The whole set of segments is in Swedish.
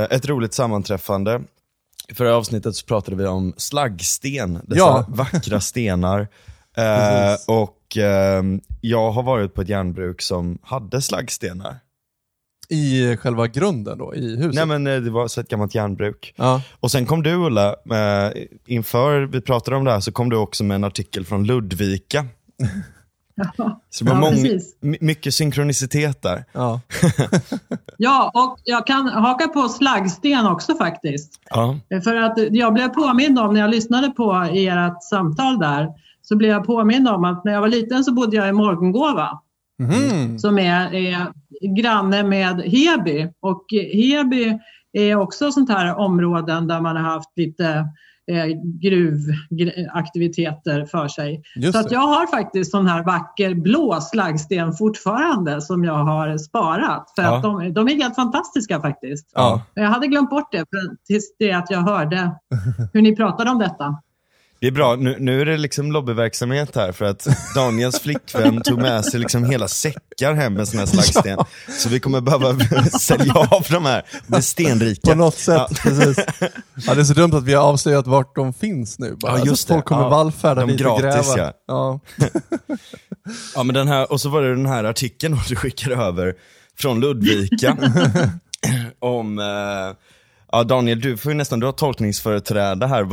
ett roligt sammanträffande. I förra avsnittet så pratade vi om slaggsten, dessa vackra stenar. Och jag har varit på ett järnbruk som hade slaggstenar. I själva grunden då, i huset? Nej, men det var så ett gammalt järnbruk. Ja. Och sen kom du, Ulla, inför vi pratade om det här så kom du också med en artikel från Ludvika. Så det var mycket synkronicitet där. Ja. Ja, och jag kan haka på slaggsten också faktiskt. Ja. För att jag blev påmind om, när jag lyssnade på ert samtal där, så blev jag påmind om att när jag var liten så bodde jag i Morgongåva. Som är granne med Heby. Och Heby är också sånt här områden där man har haft lite gruvaktiviteter för sig. Så att jag har faktiskt sån här vacker blå slaggsten fortfarande som jag har sparat. För att de är helt fantastiska faktiskt. Ja. Jag hade glömt bort det tills det att jag hörde hur ni pratade om detta. Det är bra, nu är det liksom lobbyverksamhet här för att Daniels flickvän tog med sig liksom hela säckar hem med såna här slaggsten. Så vi kommer behöva sälja av de här, bli stenrika. På något sätt, precis. Ja, det är så dumt att vi har avslöjat vart de finns nu. Bara. Ja, just det. Folk kommer vallfärda de dit och gratis, gräva. Ja. Ja, men den här, och så var det den här artikeln du skickade över från Ludvika om, Daniel, du har tolkningsföreträde här.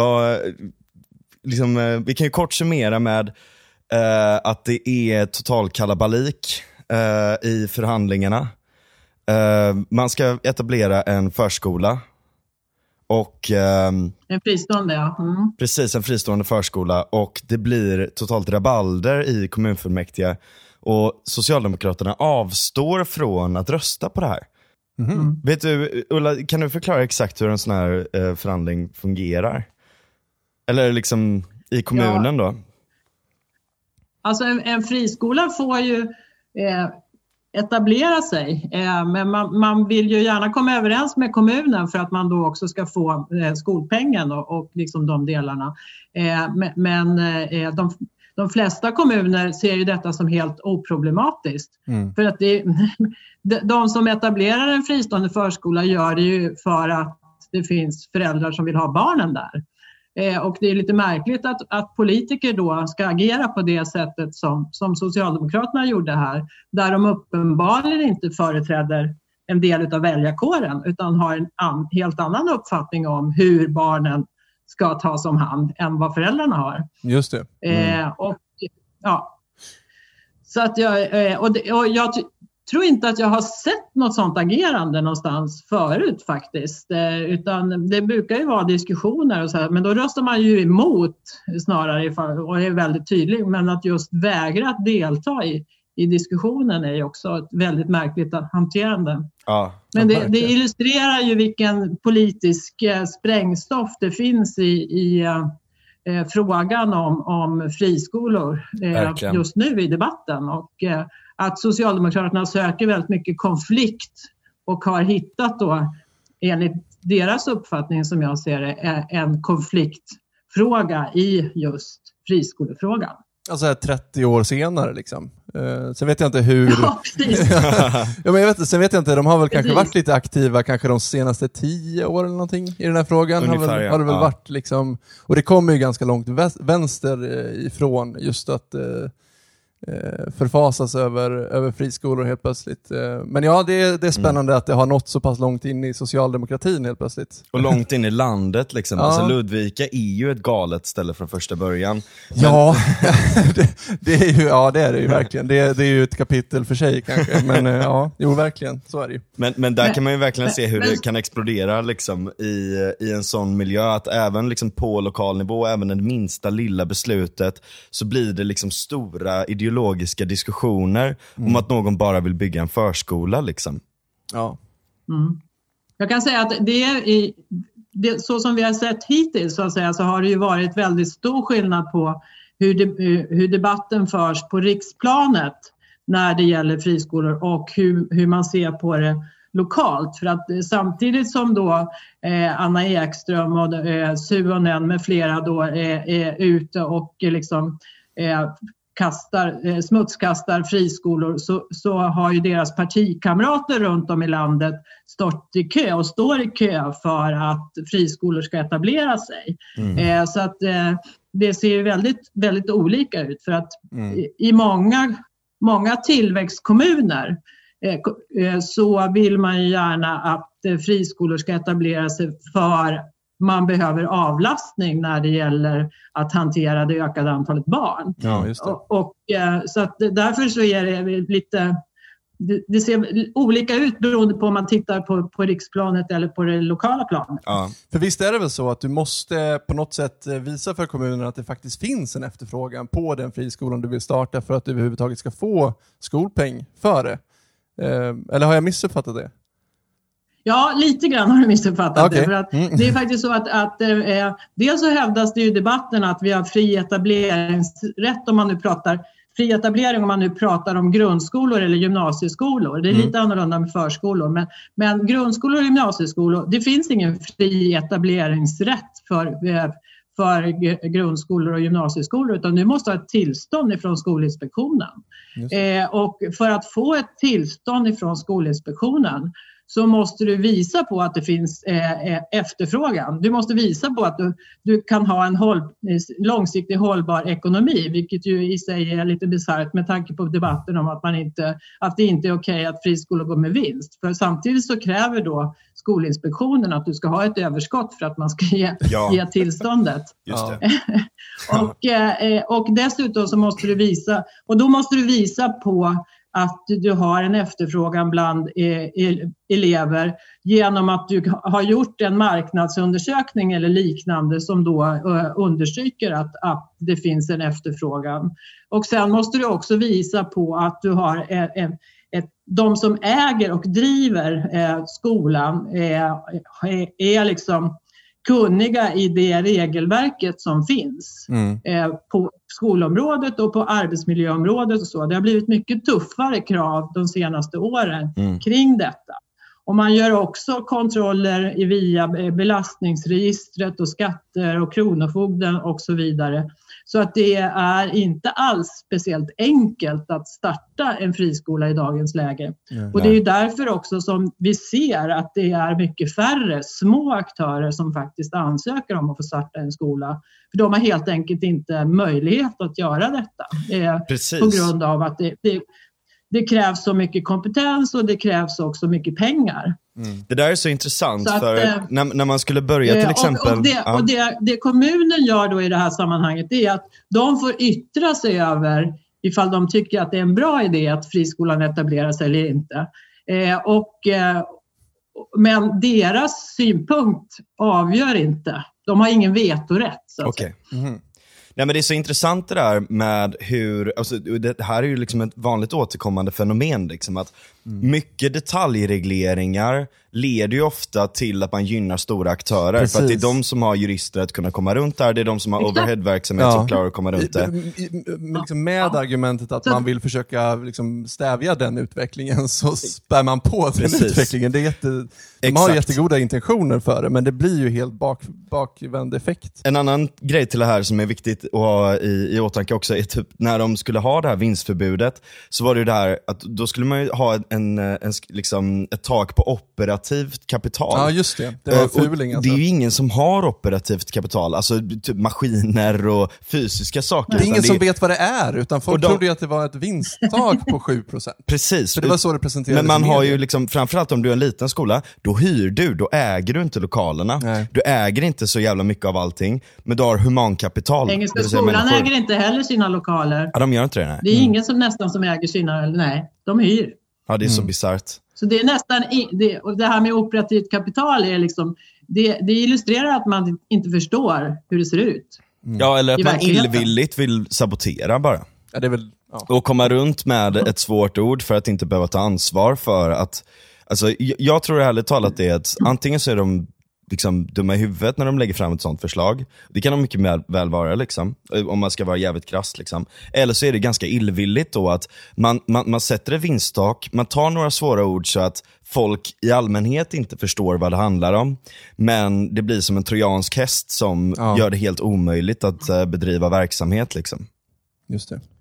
Vi kan ju kort summera med att det är total kalabalik i förhandlingarna. Man ska etablera en förskola och en fristående, ja. Precis, en fristående förskola, och det blir totalt rabalder i kommunfullmäktige och Socialdemokraterna avstår från att rösta på det här. Vet du, Ulla, kan du förklara exakt hur en sån här förhandling fungerar? Eller liksom i kommunen då? Alltså en friskola får ju etablera sig. Men man vill ju gärna komma överens med kommunen för att man då också ska få skolpengen och liksom de delarna. Men de flesta kommuner ser ju detta som helt oproblematiskt. För att de som etablerar en fristående förskola gör det ju för att det finns föräldrar som vill ha barnen där. Och det är lite märkligt att politiker då ska agera på det sättet som Socialdemokraterna gjorde här. Där de uppenbarligen inte företräder en del av väljarkåren utan har en helt annan uppfattning om hur barnen ska tas om hand än vad föräldrarna har. Just det. Så att jag tror inte att jag har sett något sånt agerande någonstans förut faktiskt. Utan det brukar ju vara diskussioner och så här, men då röstar man ju emot snarare och är väldigt tydlig. Men att just vägra att delta i diskussionen är ju också ett väldigt märkligt hanterande. Ja, men det illustrerar ju vilken politisk sprängstoff det finns i frågan om friskolor just nu i debatten. Och att Socialdemokraterna söker väldigt mycket konflikt och har hittat då, enligt deras uppfattning som jag ser det, en konfliktfråga i just friskolefrågan. Alltså 30 år senare liksom. Sen vet jag inte hur... Ja, precis. Sen vet jag inte, de har väl kanske varit lite aktiva kanske de senaste 10 åren eller någonting i den här frågan. Ungefär, har det väl varit liksom... Och det kommer ju ganska långt vänster ifrån just att... förfasas över friskolor helt plötsligt. Men ja, det är spännande att det har nått så pass långt in i socialdemokratin helt plötsligt. Och långt in i landet liksom. Ja. Alltså Ludvika är ju ett galet ställe från första början. Ja, det är det ju verkligen. Det är ju ett kapitel för sig kanske. Men verkligen, så är det ju. Men där kan man ju verkligen se hur det kan explodera liksom i en sån miljö, att även liksom på lokal nivå, även det minsta lilla beslutet, så blir det liksom stora ideologiska diskussioner om att någon bara vill bygga en förskola liksom. Ja. Jag kan säga att så som vi har sett hittills så att säga, så har det ju varit väldigt stor skillnad på hur debatten förs på riksplanet när det gäller friskolor och hur man ser på det lokalt. För att samtidigt som då Anna Ekström och Suonen med flera då är ute och liksom smutskastar friskolor så har ju deras partikamrater runt om i landet stått i kö och står i kö för att friskolor ska etablera sig. Så att det ser ju väldigt, väldigt olika ut för att i många tillväxtkommuner så vill man ju gärna att friskolor ska etablera sig för man behöver avlastning när det gäller att hantera det ökade antalet barn. Ja, just det. Och så att därför så är det lite, det ser olika ut beroende på om man tittar på riksplanet eller på det lokala planet. Ja. För visst är det väl så att du måste på något sätt visa för kommunen att det faktiskt finns en efterfrågan på den friskolan du vill starta för att du överhuvudtaget ska få skolpeng för det. Eller har jag missuppfattat det? Ja, lite grann har du missuppfattat Okay. det. För att det är faktiskt så att dels så hävdas det ju i debatten att vi har fri etableringsrätt om man nu pratar fri etablering om man nu pratar om grundskolor eller gymnasieskolor. Det är lite annorlunda med förskolor. Men grundskolor och gymnasieskolor, det finns ingen fri etableringsrätt för grundskolor och gymnasieskolor, utan du måste ha ett tillstånd ifrån Skolinspektionen. Och för att få ett tillstånd ifrån Skolinspektionen så måste du visa på att det finns efterfrågan. Du måste visa på att du kan ha en långsiktig hållbar ekonomi, vilket ju i sig är lite bisarrt med tanke på debatten om att det inte är okej att friskolor går med vinst. För samtidigt så kräver då Skolinspektionen att du ska ha ett överskott för att man ska ge tillståndet. Just det. Och dessutom så måste du visa på att du har en efterfrågan bland elever genom att du har gjort en marknadsundersökning eller liknande som då understryker att det finns en efterfrågan. Och sen måste du också visa på att du har de som äger och driver skolan är liksom kunniga i det regelverket som finns på skolområdet och på arbetsmiljöområdet och så. Det har blivit mycket tuffare krav de senaste åren kring detta. Och man gör också kontroller via belastningsregistret och skatter och kronofogden och så vidare. Så att det är inte alls speciellt enkelt att starta en friskola i dagens läge. Och det är ju därför också som vi ser att det är mycket färre små aktörer som faktiskt ansöker om att få starta en skola. För de har helt enkelt inte möjlighet att göra detta. På grund av att det krävs så mycket kompetens och det krävs också mycket pengar. Det där är så intressant för när man skulle börja till exempel... Och det kommunen gör då i det här sammanhanget är att de får yttra sig över ifall de tycker att det är en bra idé att friskolan etablerar sig eller inte. Men deras synpunkt avgör inte. De har ingen vetorätt. Okej. Nej, men det är så intressant det där med hur, alltså, det här är ju liksom ett vanligt återkommande fenomen liksom, att mycket detaljregleringar leder ju ofta till att man gynnar stora aktörer. Precis. För att det är de som har jurister att kunna komma runt där, det är de som har overhead-verksamhet som klarar att komma runt där. Liksom med argumentet att man vill försöka liksom stävja den utvecklingen så spär man på den utvecklingen. Det är de har jättegoda intentioner för det, men det blir ju helt bakvänd effekt. En annan grej till det här som är viktigt att ha i åtanke också är typ när de skulle ha det här vinstförbudet så var det ju det här att då skulle man ju ha liksom ett tak på operativt kapital. Ja, just det. Det var fuling alltså. Det är ju ingen som har operativt kapital, alltså typ maskiner och fysiska saker. Det är ingen som vet vad det är, utan folk trodde ju att det var ett vinsttak på 7%. Precis. För det var så det presenterades. Men man har ju liksom, framförallt om du är en liten skola, då hyr du, då äger du inte lokalerna. Nej. Du äger inte så jävla mycket av allting, men du har humankapital. Engelska skolan äger inte heller sina lokaler. Ja, de gör inte det, nej. Det är ingen som nästan som äger sina, nej, de hyr. Ja, det är så bisarrt. Så det är nästan, och det här med operativt kapital är liksom, det illustrerar att man inte förstår hur det ser ut. Ja, eller att man illvilligt vill sabotera bara. Ja, det är väl, och komma runt med ett svårt ord för att inte behöva ta ansvar för att, alltså jag tror ärligt talat det är att antingen så är de liksom dumma i huvudet när de lägger fram ett sånt förslag. Det kan de mycket väl vara liksom, om man ska vara jävligt krass liksom. Eller så är det ganska illvilligt då att man sätter ett vinsttak, man tar några svåra ord så att folk i allmänhet inte förstår vad det handlar om, men det blir som en trojansk häst som gör det helt omöjligt att bedriva verksamhet liksom. Just det.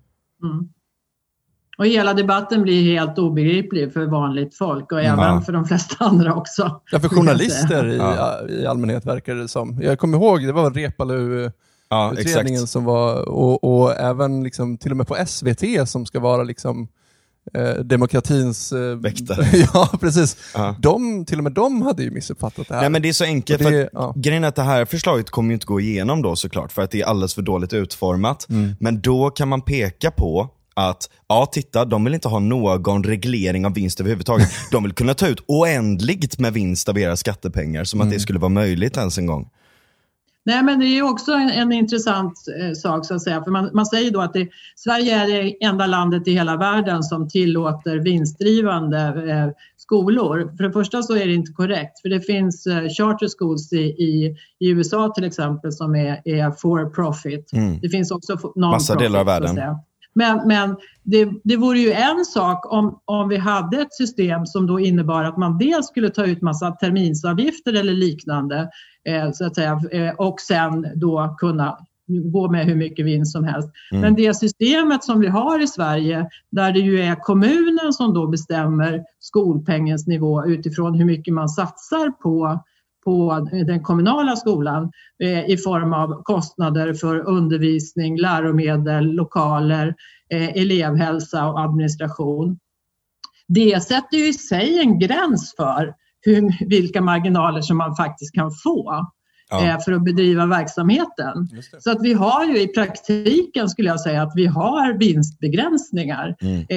Och hela debatten blir helt obegriplig för vanligt folk och även för de flesta andra också. Ja, för journalister i allmänhet verkar det som. Jag kommer ihåg, det var Reepalu-utredningen som var, och även liksom, till och med på SVT som ska vara liksom demokratins väktare. Ja, precis. Till och med de hade ju missuppfattat det här. Nej, men det är så enkelt för att grejen är att det här förslaget kommer ju inte gå igenom då såklart, för att det är alldeles för dåligt utformat. Men då kan man peka på att, titta, de vill inte ha någon reglering av vinst överhuvudtaget. De vill kunna ta ut oändligt med vinst av era skattepengar, som att det skulle vara möjligt ens en gång. Nej, men det är också en intressant sak så att säga. För man säger då att Sverige är det enda landet i hela världen som tillåter vinstdrivande skolor. För det första så är det inte korrekt. För det finns charter schools i USA till exempel som är for profit. Det finns också non-profit. Massa delar av världen. Men det vore ju en sak om vi hade ett system som då innebar att man dels skulle ta ut massa terminsavgifter eller liknande så att säga, och sen då kunna gå med hur mycket vinst som helst. Men det systemet som vi har i Sverige, där det ju är kommunen som då bestämmer skolpengens nivå utifrån hur mycket man satsar på den kommunala skolan i form av kostnader för undervisning, läromedel, lokaler, elevhälsa och administration. Det sätter ju i sig en gräns för vilka marginaler som man faktiskt kan få för att bedriva verksamheten. Så att vi har ju i praktiken, skulle jag säga, att vi har vinstbegränsningar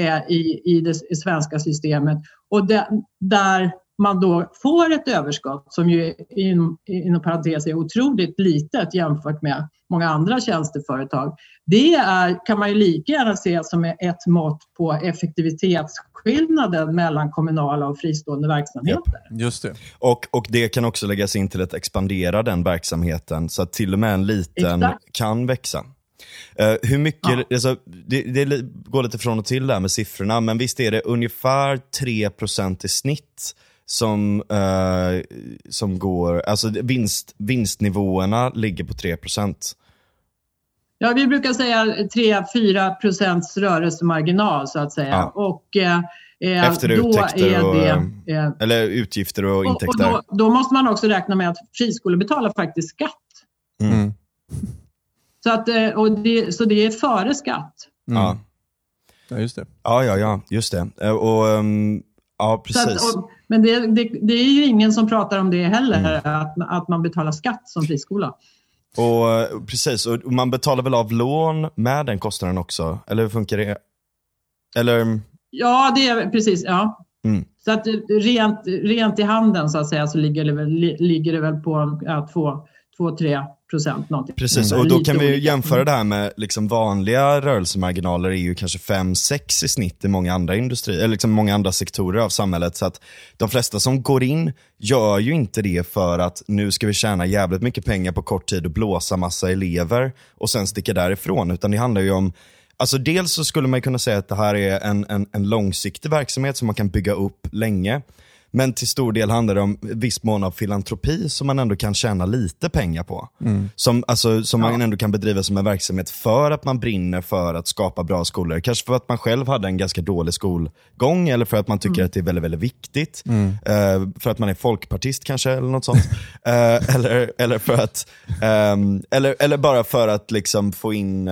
i det svenska systemet. Och där man då får ett överskott som ju inom parentes är otroligt litet jämfört med många andra tjänsteföretag. Det kan man ju lika gärna se som ett mått på effektivitetsskillnaden mellan kommunala och fristående verksamheter. Yep, just det. Och det kan också läggas in till att expandera den verksamheten så att till och med en liten kan växa. Hur mycket, alltså, det går lite från och till där med siffrorna, men visst är det ungefär 3% i snitt som går, alltså vinstnivåerna ligger på 3%. Ja, vi brukar säga 3-4% rörelsemarginal så att säga. Ja. Och efter utgifter eller utgifter och intäkter. Och då måste man också räkna med att friskolor betalar faktiskt skatt. Så att så det är före skatt. Ja, just det. Ja, just det. Och ja, precis. Men det är ju ingen som pratar om det heller, att man betalar skatt som friskola. Och precis, och man betalar väl av lån med den kostnaden också, eller hur funkar det? Eller? Ja, det är precis, ja. Så att rent i handen så att säga så ligger det väl på 2-3% någonting. Precis, och då kan vi ju jämföra det här med liksom vanliga rörelsemarginaler är ju kanske 5-6 i snitt i många andra industrier, eller liksom många andra sektorer av samhället, så att de flesta som går in gör ju inte det för att nu ska vi tjäna jävligt mycket pengar på kort tid och blåsa massa elever och sen sticka därifrån, utan det handlar ju om, alltså dels så skulle man kunna säga att det här är en långsiktig verksamhet som man kan bygga upp länge. Men till stor del handlar det om viss mån av filantropi som man ändå kan tjäna lite pengar på. Som man ändå kan bedriva som en verksamhet för att man brinner för att skapa bra skolor. Kanske för att man själv hade en ganska dålig skolgång eller för att man tycker att det är väldigt, väldigt viktigt. För att man är folkpartist kanske eller något sånt. eller för att eller bara för att liksom få in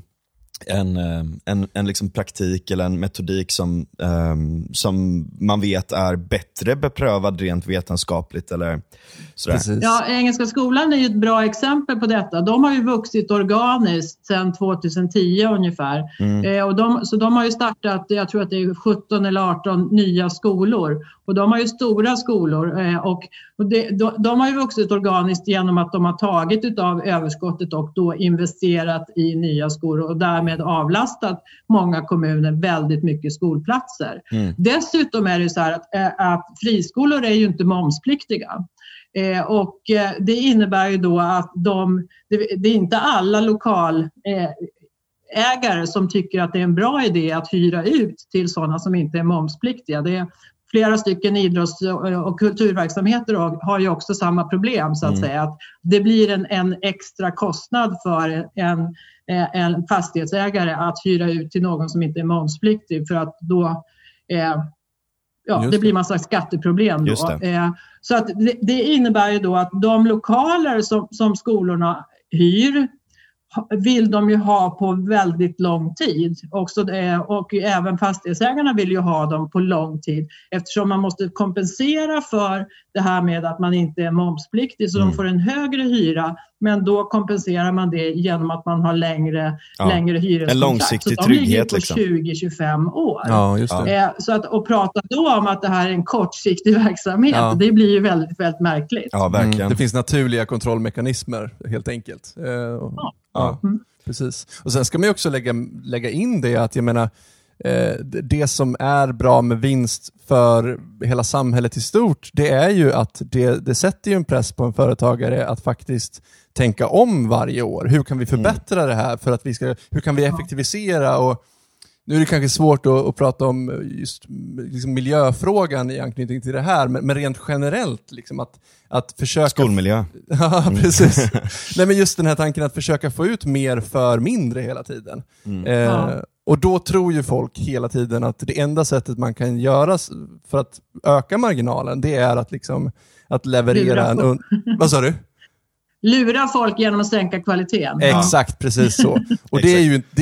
en liksom praktik eller en metodik som man vet är bättre beprövad rent vetenskapligt eller sådär. Precis. Ja, Engelska skolan är ju ett bra exempel på detta. De har ju vuxit organiskt sedan 2010 ungefär. Och de har ju startat, jag tror att det är 17 eller 18 nya skolor. Och de har ju stora skolor och de har ju vuxit organiskt genom att de har tagit utav överskottet och då investerat i nya skolor och därmed avlastat många kommuner väldigt mycket skolplatser. Dessutom är det så här att friskolor är ju inte momspliktiga. Och det innebär ju då att det är inte alla lokalägare som tycker att det är en bra idé att hyra ut till sådana som inte är momspliktiga. Det är flera stycken idrotts- och kulturverksamheter har ju också samma problem så att säga. Att det blir en extra kostnad för en fastighetsägare att hyra ut till någon som inte är momspliktig, för att då det blir massa skatteproblem då. Så att det innebär ju då att de lokaler som skolorna hyr vill de ju ha på väldigt lång tid. Och även fastighetsägarna vill ju ha dem på lång tid, eftersom man måste kompensera för det här med att man inte är momspliktig, så de får en högre hyra, men då kompenserar man det genom att man har längre hyreskontrakt. En långsiktig trygghet på liksom. 20-25 år. Ja, just det. Så att prata då om att det här är en kortsiktig verksamhet, det blir ju väldigt, väldigt märkligt. Ja, verkligen. Det finns naturliga kontrollmekanismer helt enkelt. Precis. Och sen ska man ju också lägga in det att jag menar, det som är bra med vinst för hela samhället i stort, det är ju att det sätter ju en press på en företagare att faktiskt tänka om varje år. Hur kan vi förbättra det här för att hur kan vi effektivisera? Och nu är det kanske svårt att prata om just liksom miljöfrågan i anknytning till det här, men rent generellt liksom att försöka... Skolmiljö. Ja, precis. Nej, men just den här tanken att försöka få ut mer för mindre hela tiden. Och då tror ju folk hela tiden att det enda sättet man kan göra för att öka marginalen, det är att leverera Vad sa du? Lura folk genom att sänka kvaliteten. Exakt, precis så. Och det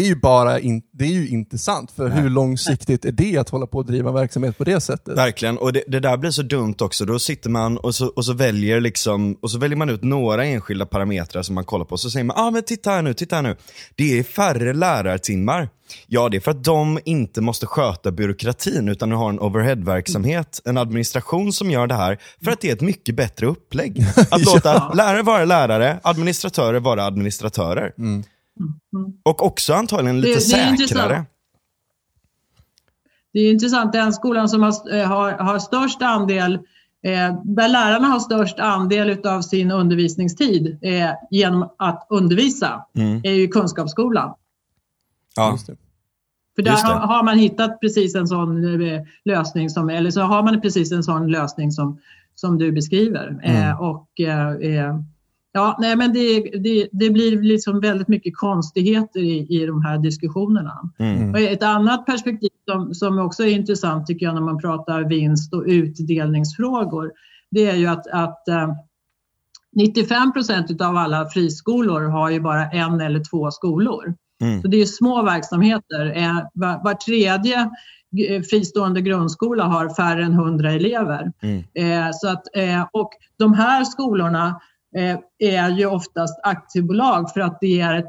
är ju inte sant, för hur långsiktigt är det att hålla på och driva verksamhet på det sättet? Verkligen, och det där blir så dumt också. Då sitter man och så väljer man ut några enskilda parametrar som man kollar på, och så säger man, men titta här nu. Det är färre lärartimmar. Ja, det är för att de inte måste sköta byråkratin, utan de har en overhead-verksamhet, en administration som gör det här, för att det är ett mycket bättre upplägg. Att låta lärare vara lärare, administratörer vara administratörer. Och också antagligen lite säkrare. Det är intressant, den skolan som har störst andel, där lärarna har störst andel av sin undervisningstid genom att undervisa, är ju kunskapsskolan. Ja. För där har man hittat precis en sån lösning som du beskriver. Men det blir liksom väldigt mycket konstigheter i de här diskussionerna. Och ett annat perspektiv som också är intressant tycker jag när man pratar vinst- och utdelningsfrågor, det är ju att 95% av alla friskolor har ju bara en eller två skolor. Så det är små verksamheter. Var tredje fristående grundskola har färre än 100 elever. Och de här skolorna är ju oftast aktiebolag för att det är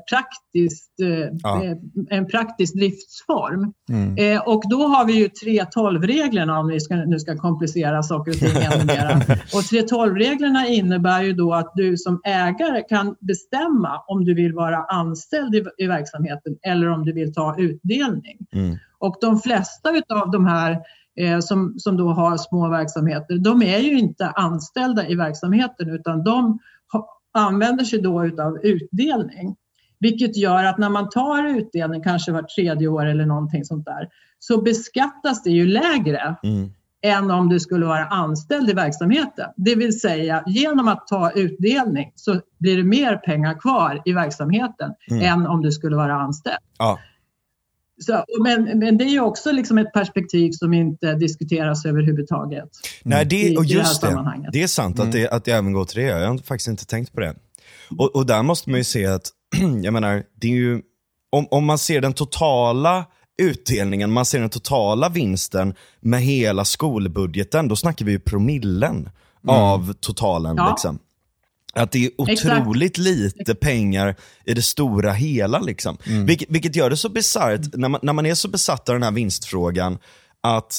en praktisk driftsform. Och då har vi ju 3:12-reglerna, om vi nu ska komplicera saker och ting ännu mer. Och 3:12-reglerna innebär ju då att du som ägare kan bestämma om du vill vara anställd i verksamheten eller om du vill ta utdelning. Och de flesta av de här som då har små verksamheter, de är ju inte anställda i verksamheten, utan de använder sig då utav utdelning. Vilket gör att när man tar utdelning, kanske var tredje år eller någonting sånt där, så beskattas det ju lägre än om du skulle vara anställd i verksamheten. Det vill säga, genom att ta utdelning så blir det mer pengar kvar i verksamheten än om du skulle vara anställd. Ja. Så, men det är ju också liksom ett perspektiv som inte diskuteras överhuvudtaget. Nej, det är sant att det även går till det. Jag har faktiskt inte tänkt på det. Och där måste man ju se att, jag menar, det är ju, om man ser den totala utdelningen, man ser den totala vinsten med hela skolbudgeten, då snackar vi ju promillen av totalen liksom. Att det är otroligt lite pengar i det stora hela liksom. Vilket gör det så bisarrt när man är så besatt av den här vinstfrågan att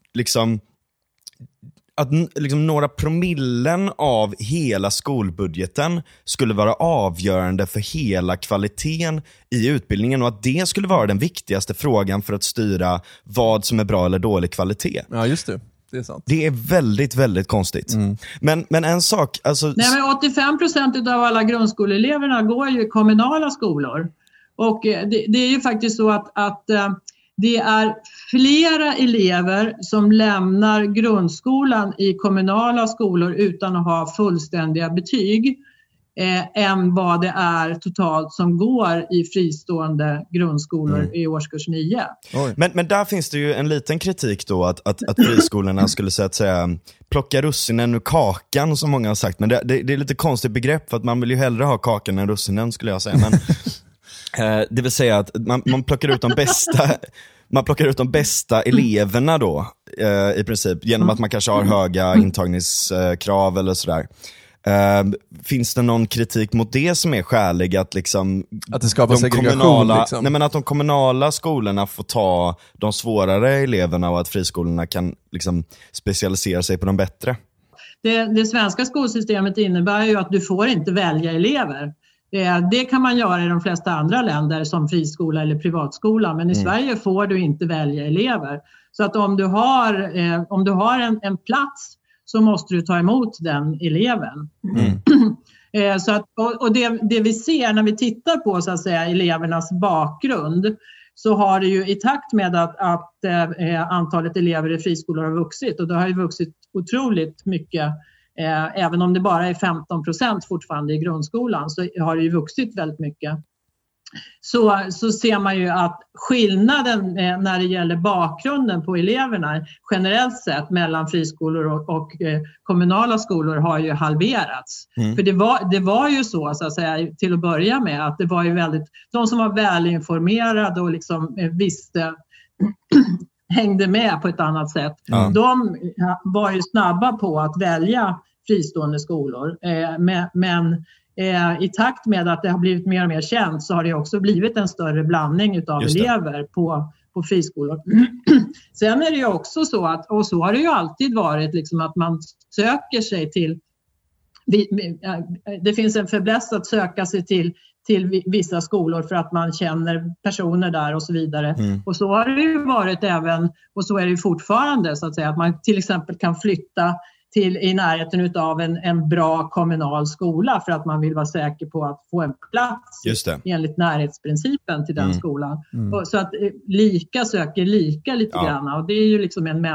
några promillen av hela skolbudgeten skulle vara avgörande för hela kvaliteten i utbildningen, och att det skulle vara den viktigaste frågan för att styra vad som är bra eller dålig kvalitet. Ja, just det. Det är sant. Det är väldigt, väldigt konstigt. Men en sak... Alltså... Nej, men 85% av alla grundskoleeleverna går ju i kommunala skolor. Och det är ju faktiskt så att det är flera elever som lämnar grundskolan i kommunala skolor utan att ha fullständiga betyg än vad det är totalt som går i fristående grundskolor i årskurs 9. Men där finns det ju en liten kritik då att friskolorna skulle så att säga plocka russinen ur kakan, som många har sagt. Men det är lite konstigt begrepp, för att man vill ju hellre ha kakan än russinen, skulle jag säga. Men det vill säga att man plockar ut de bästa. Man plockar ut de bästa eleverna då i princip, genom att man kanske har höga intagningskrav eller sådär. Finns det någon kritik mot det som är skälig, att liksom att det skapar segregation liksom? Nej, men att de kommunala skolorna får ta de svårare eleverna och att friskolorna kan liksom specialisera sig på de bättre? Det svenska skolsystemet innebär ju att du får inte välja elever. Det kan man göra i de flesta andra länder som friskola eller privatskola, men i Sverige får du inte välja elever. Så att om du har en plats, så måste du ta emot den eleven. Så att, och det vi ser när vi tittar på, så att säga, elevernas bakgrund, så har det ju i takt med att antalet elever i friskolor har vuxit, och det har ju vuxit otroligt mycket, även om det bara är 15% fortfarande i grundskolan, så har det ju vuxit väldigt mycket. Så ser man ju att skillnaden när det gäller bakgrunden på eleverna generellt sett mellan friskolor och kommunala skolor har ju halverats. För det var ju så att säga, till att börja med, att det var ju väldigt, de som var välinformerade och liksom visste hängde med på ett annat sätt. De var ju snabba på att välja fristående skolor, men i takt med att det har blivit mer och mer känt, så har det också blivit en större blandning av elever på friskolor. Sen är det ju också så att, och så har det ju alltid varit, liksom att man söker sig till, det finns en fäbless att söka sig till vissa skolor för att man känner personer där och så vidare. Och så har det ju varit även, och så är det ju fortfarande, så att säga, att man till exempel kan flytta i närheten av en bra kommunal skola för att man vill vara säker på att få en plats enligt närhetsprincipen till den skolan. Och så att lika söker lika lite grann, och det är ju liksom en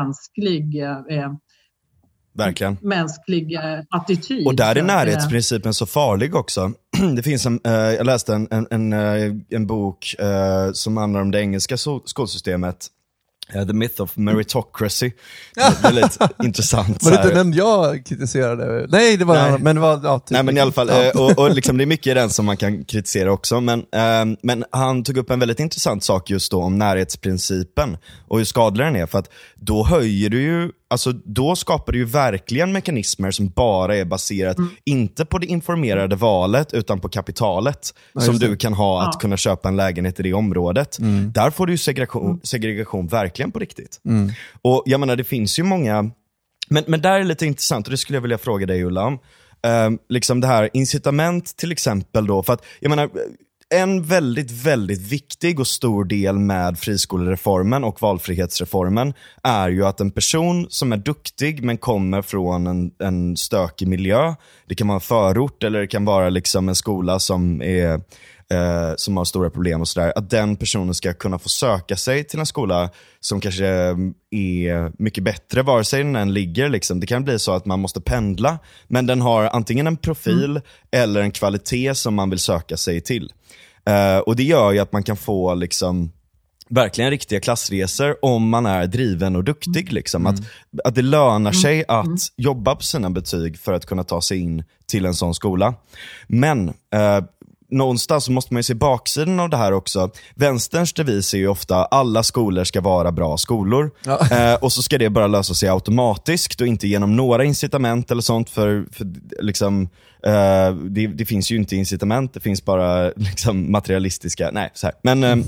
mänsklig attityd. Och där är närhetsprincipen så farlig också. Det finns jag läste en bok som handlar om det engelska skolsystemet. The Myth of Meritocracy. Väldigt intressant. Var det inte den jag kritiserade? Nej, det var nej. Men det var typ. Nej, men i alla fall och liksom, det är mycket i den som man kan kritisera också, men han tog upp en väldigt intressant sak just då om närhetsprincipen och hur skadlig den är, för att då höjer du ju, alltså då skapar du ju verkligen mekanismer som bara är baserat inte på det informerade valet utan på kapitalet som du kan ha att kunna köpa en lägenhet i det området. Där får du ju segregation verkligen på riktigt. Och jag menar, det finns ju många, men där är det lite intressant, och det skulle jag vilja fråga dig, Ulla, om liksom det här incitament till exempel då, för att jag menar, en väldigt, väldigt viktig och stor del med friskolereformen och valfrihetsreformen är ju att en person som är duktig men kommer från en stökig miljö, det kan vara en förort eller det kan vara liksom en skola som har stora problem och sådär, att den personen ska kunna få söka sig till en skola som kanske är mycket bättre, vare sig den ligger liksom. Det kan bli så att man måste pendla, men den har antingen en profil eller en kvalitet som man vill söka sig till. Och det gör ju att man kan få liksom verkligen riktiga klassresor om man är driven och duktig liksom. Att det lönar sig att jobba på sina betyg för att kunna ta sig in till en sån skola. Men någonstans så måste man ju se baksidan av det här också. Vänsterns devis är ju ofta alla skolor ska vara bra skolor. Och så ska det bara lösa sig automatiskt och inte genom några incitament eller sånt, för liksom det finns ju inte incitament, det finns bara liksom materialistiska, nej så här.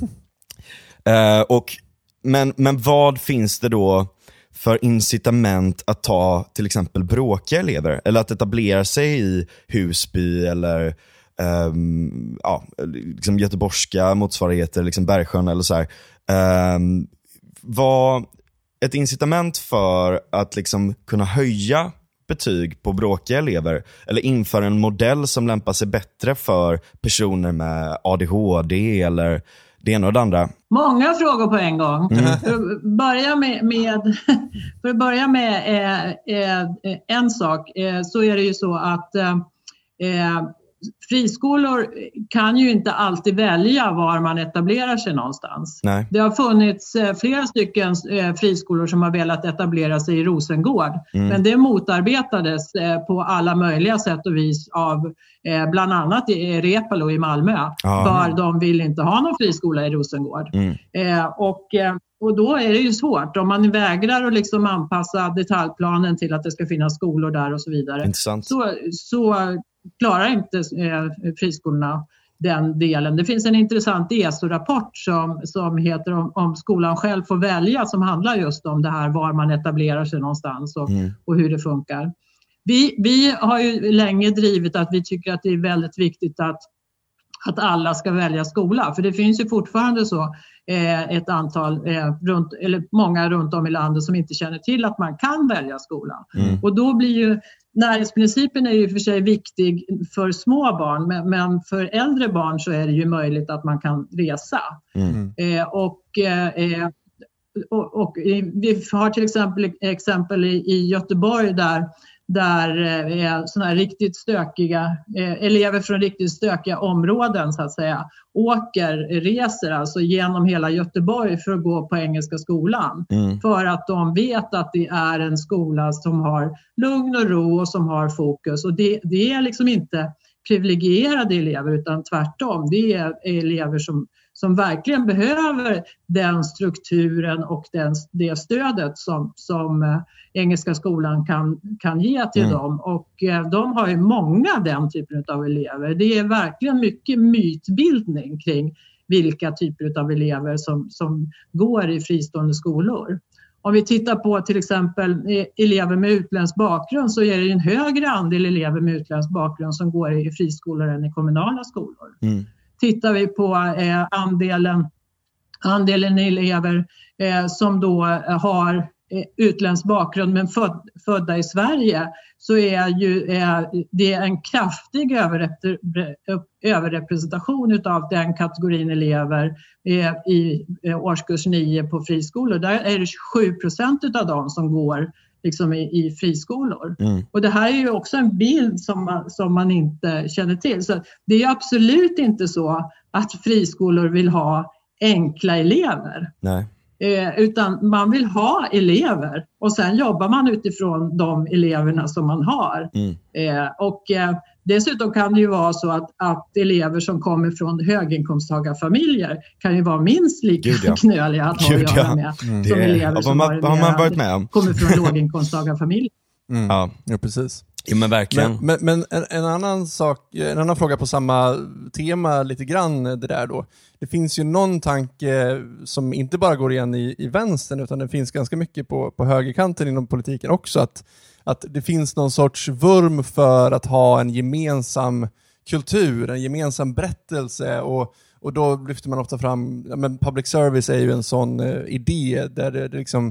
Men vad finns det då för incitament att ta till exempel bråkiga elever eller att etablera sig i Husby eller liksom göteborgska motsvarigheter, liksom Bergsjön eller så här. Var ett incitament för att liksom kunna höja betyg på bråkiga elever eller införa en modell som lämpar sig bättre för personer med ADHD eller det ena och det andra. Många frågor på en gång. För att börja med en sak, så är det ju så att friskolor kan ju inte alltid välja var man etablerar sig någonstans. Nej. Det har funnits flera stycken friskolor som har velat etablera sig i Rosengård. Men det motarbetades på alla möjliga sätt och vis av bland annat i Repalo i Malmö. För de vill inte ha någon friskola i Rosengård. Och då är det ju svårt. Om man vägrar att liksom anpassa detaljplanen till att det ska finnas skolor där och så vidare. Så klarar inte friskolorna den delen. Det finns en intressant ESO-rapport som heter om skolan själv får välja, som handlar just om det här, var man etablerar sig någonstans och hur det funkar. Vi har ju länge drivit att vi tycker att det är väldigt viktigt att alla ska välja skola. För det finns ju fortfarande så ett antal, många runt om i landet som inte känner till att man kan välja skola. Och då blir ju närhetsprincipen är ju för sig viktig för små barn, men för äldre barn så är det ju möjligt att man kan resa. Och vi har till exempel i Göteborg där såna här riktigt stökiga elever från riktigt stökiga områden så att säga reser alltså genom hela Göteborg för att gå på Engelska skolan. För att de vet att det är en skola som har lugn och ro och som har fokus. Och det är liksom inte privilegierade elever, utan tvärtom. Det är elever som verkligen behöver den strukturen och det stödet som Engelska skolan kan ge till dem. Och de har ju många den typen av elever. Det är verkligen mycket mytbildning kring vilka typer av elever som går i fristående skolor. Om vi tittar på till exempel elever med utländsk bakgrund, så är det en högre andel elever med utländsk bakgrund som går i friskolor än i kommunala skolor. Tittar vi på andelen elever som då har utländsk bakgrund men födda i Sverige, så är det en kraftig överrepresentation av den kategorin elever i årskurs 9 på friskolor. Där är det 27% av dem som går liksom i friskolor. Och det här är ju också en bild som man inte känner till. Så det är absolut inte så att friskolor vill ha enkla elever. Nej. Utan man vill ha elever och sen jobbar man utifrån de eleverna som man har. Dessutom kan det ju vara så att elever som kommer från höginkomsttagarfamiljer kan ju vara minst lika knöliga att ha att göra med som elever som kommer från låginkomsttagarfamiljer. Ja, precis. Ja, men verkligen. Men en annan fråga på samma tema lite grann det där då. Det finns ju någon tanke som inte bara går igen i vänstern, utan det finns ganska mycket på högerkanten inom politiken också, att det finns någon sorts vurm för att ha en gemensam kultur, en gemensam berättelse, och då lyfter man ofta fram, men public service är ju en sån idé där det liksom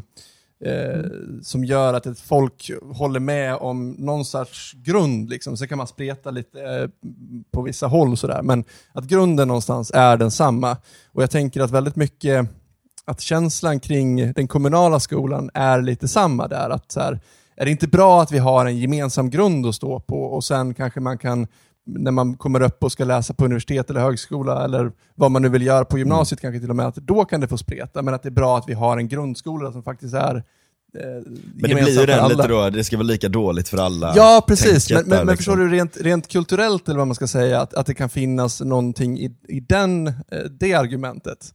som gör att ett folk håller med om någon sorts grund liksom. Så kan man spreta lite på vissa håll sådär, men att grunden någonstans är densamma. Och jag tänker att väldigt mycket att känslan kring den kommunala skolan är lite samma där, att så här, är det inte bra att vi har en gemensam grund att stå på, och sen kanske man kan, när man kommer upp och ska läsa på universitet eller högskola eller vad man nu vill göra på gymnasiet kanske till och med, att då kan det få spreta, men att det är bra att vi har en grundskola som faktiskt är men det blir ju den lite då, det ska vara lika dåligt för alla. Ja, precis, men liksom. förstår du rent kulturellt eller vad man ska säga, att det kan finnas någonting i det argumentet?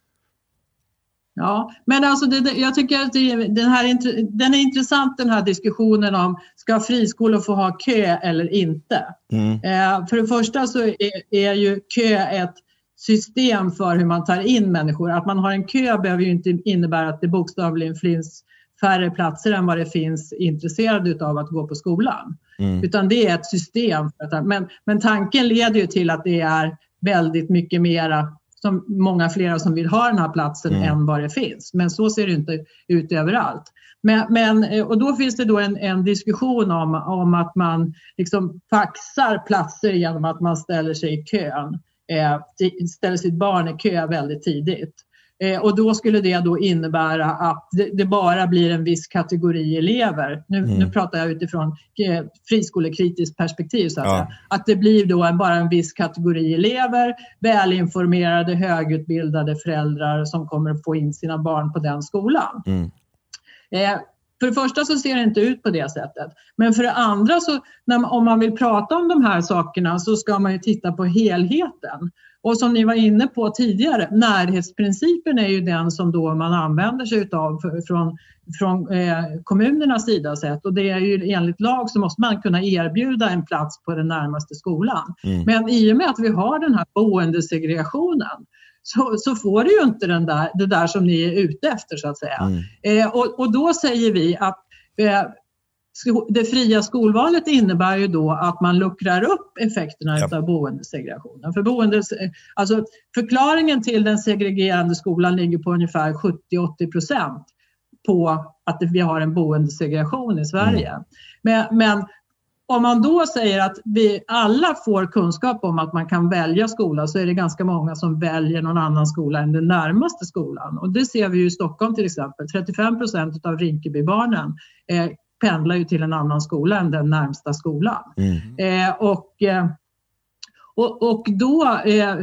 Ja, men alltså jag tycker att den är intressant, den här diskussionen om ska friskolor få ha kö eller inte. För det första så är ju kö ett system för hur man tar in människor. Att man har en kö behöver ju inte innebära att det bokstavligen finns färre platser än vad det finns intresserade av att gå på skolan. Utan det är ett system. Men tanken leder ju till att det är väldigt mycket mera, som många flera som vill ha den här platsen än vad det finns. Men så ser det inte ut överallt. Och då finns det då en diskussion om att man liksom faxar platser genom att man ställer sig i kön. ställer sitt barn i kö väldigt tidigt. Och då skulle det då innebära att det bara blir en viss kategori elever. Nu pratar jag utifrån friskolekritiskt perspektiv så att säga. Att det blir då bara en viss kategori elever, välinformerade, högutbildade föräldrar som kommer att få in sina barn på den skolan. För det första så ser det inte ut på det sättet. Men för det andra så om man vill prata om de här sakerna så ska man ju titta på helheten. Och som ni var inne på tidigare, närhetsprincipen är ju den som då man använder sig av från kommunernas sida sett. Och det är ju enligt lag så måste man kunna erbjuda en plats på den närmaste skolan. Men i och med att vi har den här boendesegregationen så får du ju inte det där som ni är ute efter så att säga. Och då säger vi att det fria skolvalet innebär ju då att man luckrar upp effekterna av boendesegregationen. Alltså förklaringen till den segregerande skolan ligger på ungefär 70-80% på att vi har en boendesegregation i Sverige. Men om man då säger att vi alla får kunskap om att man kan välja skola så är det ganska många som väljer någon annan skola än den närmaste skolan. Och det ser vi ju i Stockholm till exempel. 35% av Rinkebybarnen pendlar ju till en annan skola än den närmsta skolan. Och då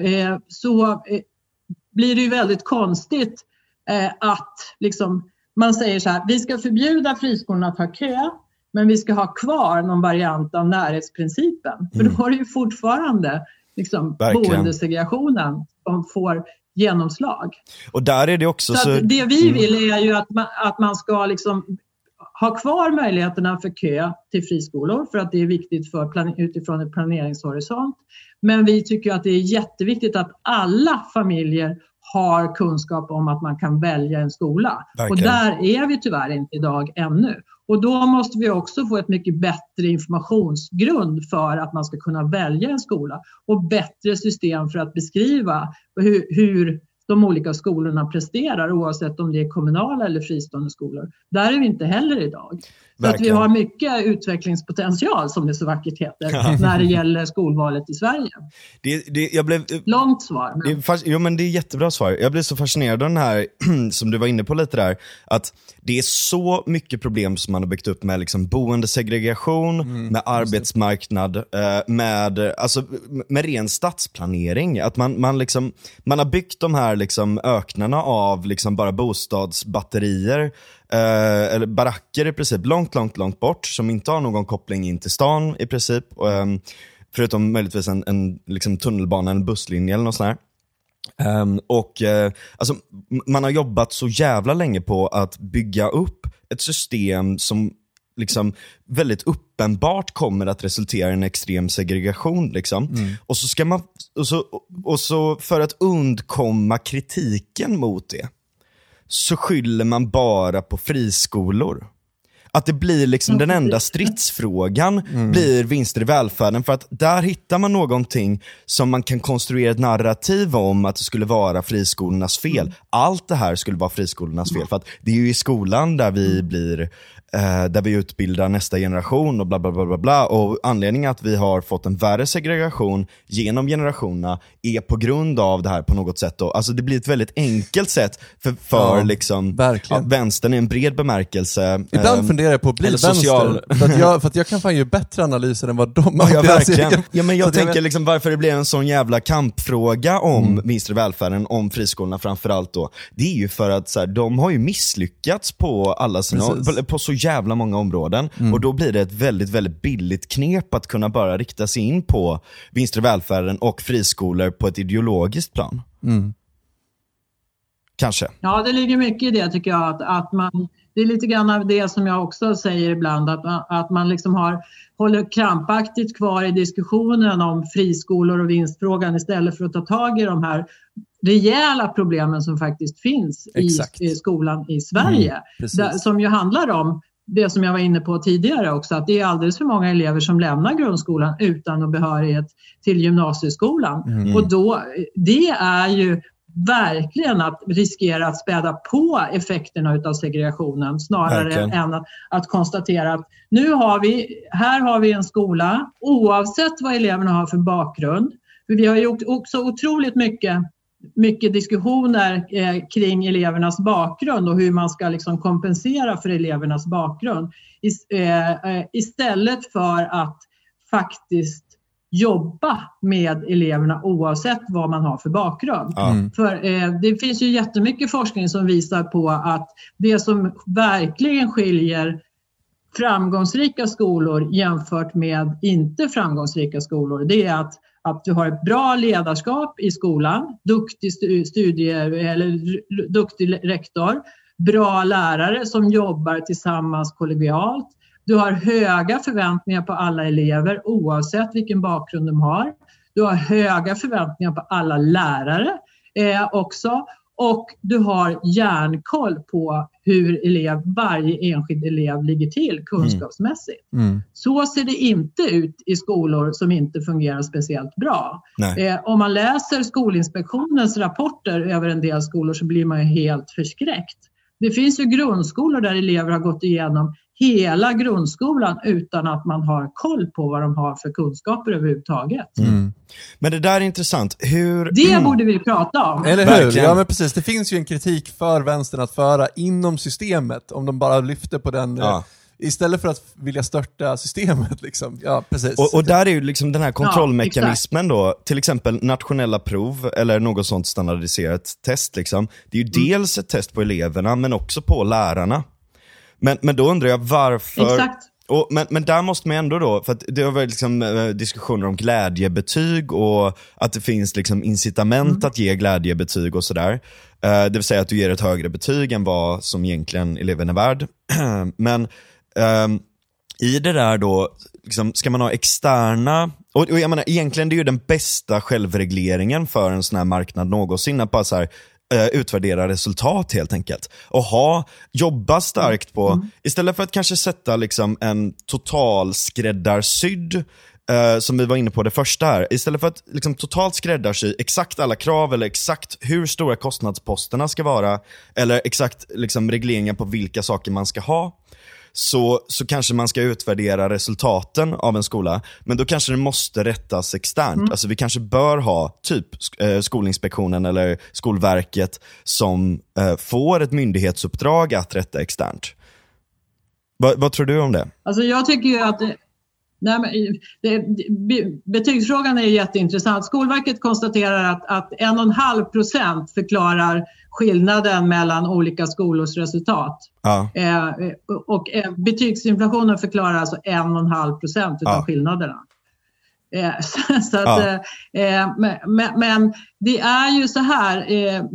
så blir det ju väldigt konstigt att liksom, man säger så här, vi ska förbjuda friskolorna att ha kö, men vi ska ha kvar någon variant av närhetsprincipen. För då har det ju fortfarande liksom, boendesegregationen som får genomslag. Och där är det också så det vi vill är ju att man ska liksom ha kvar möjligheterna för kö till friskolor för att det är viktigt utifrån en planeringshorisont. Men vi tycker att det är jätteviktigt att alla familjer har kunskap om att man kan välja en skola. Verkligen. Och där är vi tyvärr inte idag ännu. Och då måste vi också få ett mycket bättre informationsgrund för att man ska kunna välja en skola. Och bättre system för att beskriva hur de olika skolorna presterar oavsett om det är kommunala eller fristående skolor. Där är vi inte heller idag. Så att vi har mycket utvecklingspotential som det så vackert heter när det gäller skolvalet i Sverige. Långt svar. Men det är jättebra svar. Jag blev så fascinerad av den här som du var inne på lite där, att det är så mycket problem som man har byggt upp med liksom boendesegregation, med arbetsmarknad, med ren stadsplanering. Att man har byggt de här liksom öknarna av liksom bara bostadsbatterier eller baracker i princip långt bort som inte har någon koppling in till stan i princip, förutom möjligtvis en liksom tunnelbana, en busslinje eller något sånt här. Alltså, man har jobbat så jävla länge på att bygga upp ett system som liksom väldigt uppenbart kommer att resultera i en extrem segregation liksom. Och så ska man och så för att undkomma kritiken mot det så skyller man bara på friskolor. Att det blir liksom den enda stridsfrågan blir vinster i välfärden, för att där hittar man någonting som man kan konstruera ett narrativ om att det skulle vara friskolornas fel. Allt det här skulle vara friskolornas fel, för att det är ju i skolan där vi blir där vi utbildar nästa generation och bla bla bla bla bla. Och anledningen att vi har fått en värre segregation genom generationerna är på grund av det här på något sätt då. Alltså det blir ett väldigt enkelt sätt för liksom vänstern i en bred bemärkelse. Ibland funderar jag på att bli vänster för att jag kan fan ju bättre analyser än vad de har. Ja, men jag tänker liksom varför det blir en sån jävla kampfråga om vinster i välfärden, om friskolorna framförallt då. Det är ju för att så här, de har ju misslyckats på alla sina, på så jävla många områden. Och då blir det ett väldigt, väldigt billigt knep att kunna bara rikta sig in på vinster i välfärden och friskolor på ett ideologiskt plan. Kanske. Ja, det ligger mycket i det tycker jag. Att man, det är lite grann av det som jag också säger ibland. Att man liksom håller krampaktigt kvar i diskussionen om friskolor och vinstfrågan istället för att ta tag i de här rejäla problemen som faktiskt finns i skolan i Sverige. Som ju handlar om det som jag var inne på tidigare också, att det är alldeles för många elever som lämnar grundskolan utan behörighet till gymnasieskolan. Och då, det är ju verkligen att riskera att späda på effekterna utav segregationen snarare än att konstatera att här har vi en skola, oavsett vad eleverna har för bakgrund, För vi har gjort också otroligt mycket diskussioner kring elevernas bakgrund och hur man ska liksom kompensera för elevernas bakgrund. Istället för att faktiskt jobba med eleverna oavsett vad man har för bakgrund. För det finns ju jättemycket forskning som visar på att det som verkligen skiljer framgångsrika skolor jämfört med inte framgångsrika skolor, det är att du har ett bra ledarskap i skolan, duktig rektor, bra lärare som jobbar tillsammans kollegialt. Du har höga förväntningar på alla elever oavsett vilken bakgrund de har. Du har höga förväntningar på alla lärare också. Och du har järnkoll på hur varje enskild elev ligger till kunskapsmässigt. Så ser det inte ut i skolor som inte fungerar speciellt bra. Om man läser Skolinspektionens rapporter över en del skolor så blir man ju helt förskräckt. Det finns ju grundskolor där elever har gått igenom hela grundskolan utan att man har koll på vad de har för kunskaper överhuvudtaget. Men det där är intressant. Det borde vi prata om. Eller hur? Verkligen. Ja, men precis. Det finns ju en kritik för vänstern att föra inom systemet om de bara lyfter på den... Istället för att vilja störta systemet liksom. Ja, precis. Och där är ju liksom den här kontrollmekanismen då, till exempel nationella prov eller något sånt standardiserat test liksom. Det är ju dels ett test på eleverna men också på lärarna. Men då undrar jag varför... Exakt. Men där måste man ändå då, för att det har varit liksom diskussioner om glädjebetyg och att det finns liksom incitament att ge glädjebetyg och sådär. Det vill säga att du ger ett högre betyg än vad som egentligen eleven är värd. Men i det där då liksom, ska man ha externa... Och jag menar, egentligen det är ju den bästa självregleringen för en sån här marknad någonsin. Att bara så här, utvärdera resultat helt enkelt. Och jobba starkt på, istället för att kanske sätta liksom en total skräddarsydd, som vi var inne på det första här. Istället för att liksom totalt skräddarsy exakt alla krav eller exakt hur stora kostnadsposterna ska vara eller exakt liksom regleringar på vilka saker man ska ha. Så kanske man ska utvärdera resultaten av en skola. Men då kanske det måste rättas externt. Alltså vi kanske bör ha typ Skolinspektionen eller Skolverket som får ett myndighetsuppdrag att rätta externt. Vad tror du om det? Alltså jag tycker ju att betygsfrågan är jätteintressant. Skolverket konstaterar att 1,5% förklarar skillnaden mellan olika skolors resultat. Och betygsinflationen förklarar alltså 1,5% utav skillnaderna. Men det är ju så här,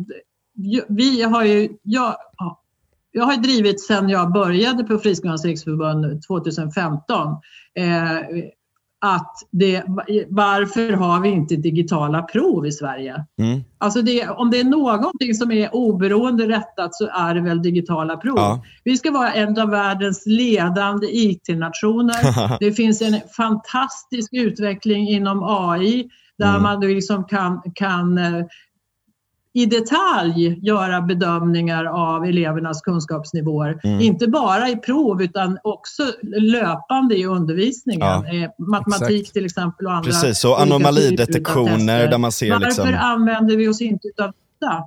jag har drivit sedan jag började på Friskolornas riksförbund 2015 att varför har vi inte digitala prov i Sverige? Alltså om det är någonting som är oberoende rättat så är det väl digitala prov. Vi ska vara en av världens ledande IT-nationer. Det finns en fantastisk utveckling inom AI där man liksom kan i detalj göra bedömningar av elevernas kunskapsnivåer. Inte bara i prov utan också löpande i undervisningen. Matematik till exempel och andra. Precis, och anomalidetektioner där man ser varför liksom... använder vi oss inte av detta?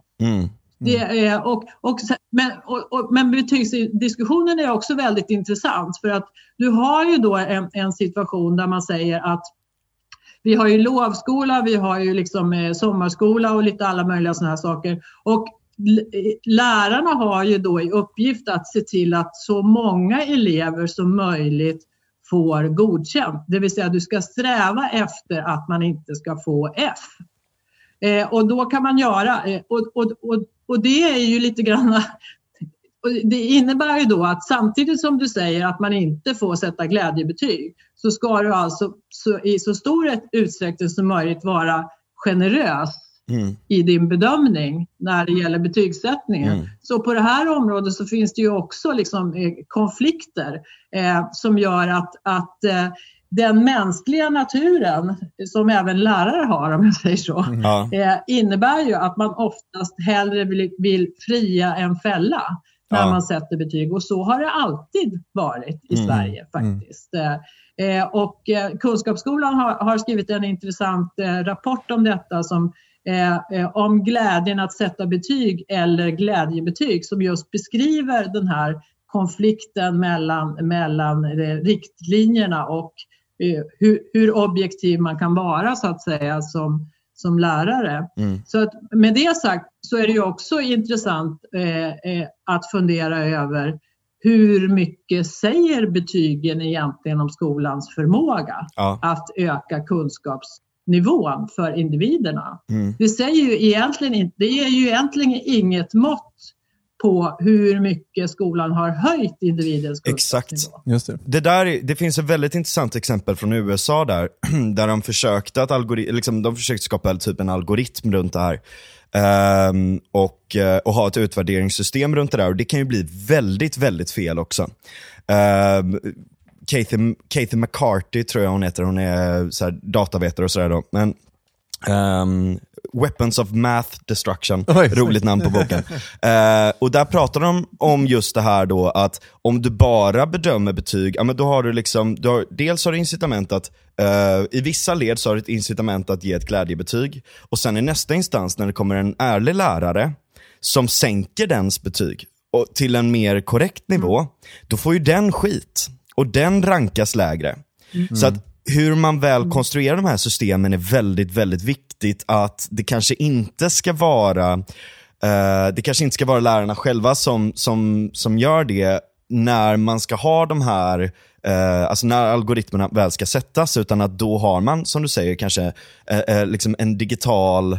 Men betygsdiskussionen är också väldigt intressant för att du har ju då en situation där man säger att vi har ju lovskola, vi har ju liksom sommarskola och lite alla möjliga såna här saker. Och lärarna har ju då i uppgift att se till att så många elever som möjligt får godkänt. Det vill säga att du ska sträva efter att man inte ska få F. Och då kan man göra, och det är ju lite grann... Det innebär ju då att samtidigt som du säger att man inte får sätta glädjebetyg så ska du alltså i så stor utsträckning som möjligt vara generös i din bedömning när det gäller betygssättningen. Så på det här området så finns det ju också liksom konflikter som gör att den mänskliga naturen som även lärare har, om jag säger så, innebär ju att man oftast hellre vill fria än fälla när man sätter betyg. Och så har det alltid varit i Sverige faktiskt. Och Kunskapsskolan har skrivit en intressant rapport om detta som om glädjen att sätta betyg eller glädjebetyg, som just beskriver den här konflikten mellan riktlinjerna och hur objektiv man kan vara så att säga som lärare. Så att med det sagt så är det ju också intressant att fundera över hur mycket säger betygen egentligen om skolans förmåga att öka kunskapsnivån för individerna. Det säger ju egentligen inte, det är ju egentligen inget mått på hur mycket skolan har höjt individens kunskapsnivå. Exakt. Just det. Det finns ett väldigt intressant exempel från USA där de försökte de försökte skapa typ en algoritm runt det här. Och ha ett utvärderingssystem runt det där, och det kan ju bli väldigt, väldigt fel också. Kathy McCarthy tror jag hon heter, hon är så här datavetare och sådär då, men Weapons of Math Destruction, roligt namn på boken. Och där pratar de om just det här då, att om du bara bedömer betyg, ja men då har du liksom, dels har du incitament att i vissa led så har du ett incitament att ge ett glädjebetyg, och sen i nästa instans när det kommer en ärlig lärare som sänker dens betyg och till en mer korrekt nivå, då får ju den skit och den rankas lägre. Så att hur man väl konstruerar de här systemen är väldigt, väldigt viktigt, att det kanske inte ska vara lärarna själva som gör det när man ska ha de här alltså när algoritmerna väl ska sättas, utan att då har man, som du säger, kanske liksom en digital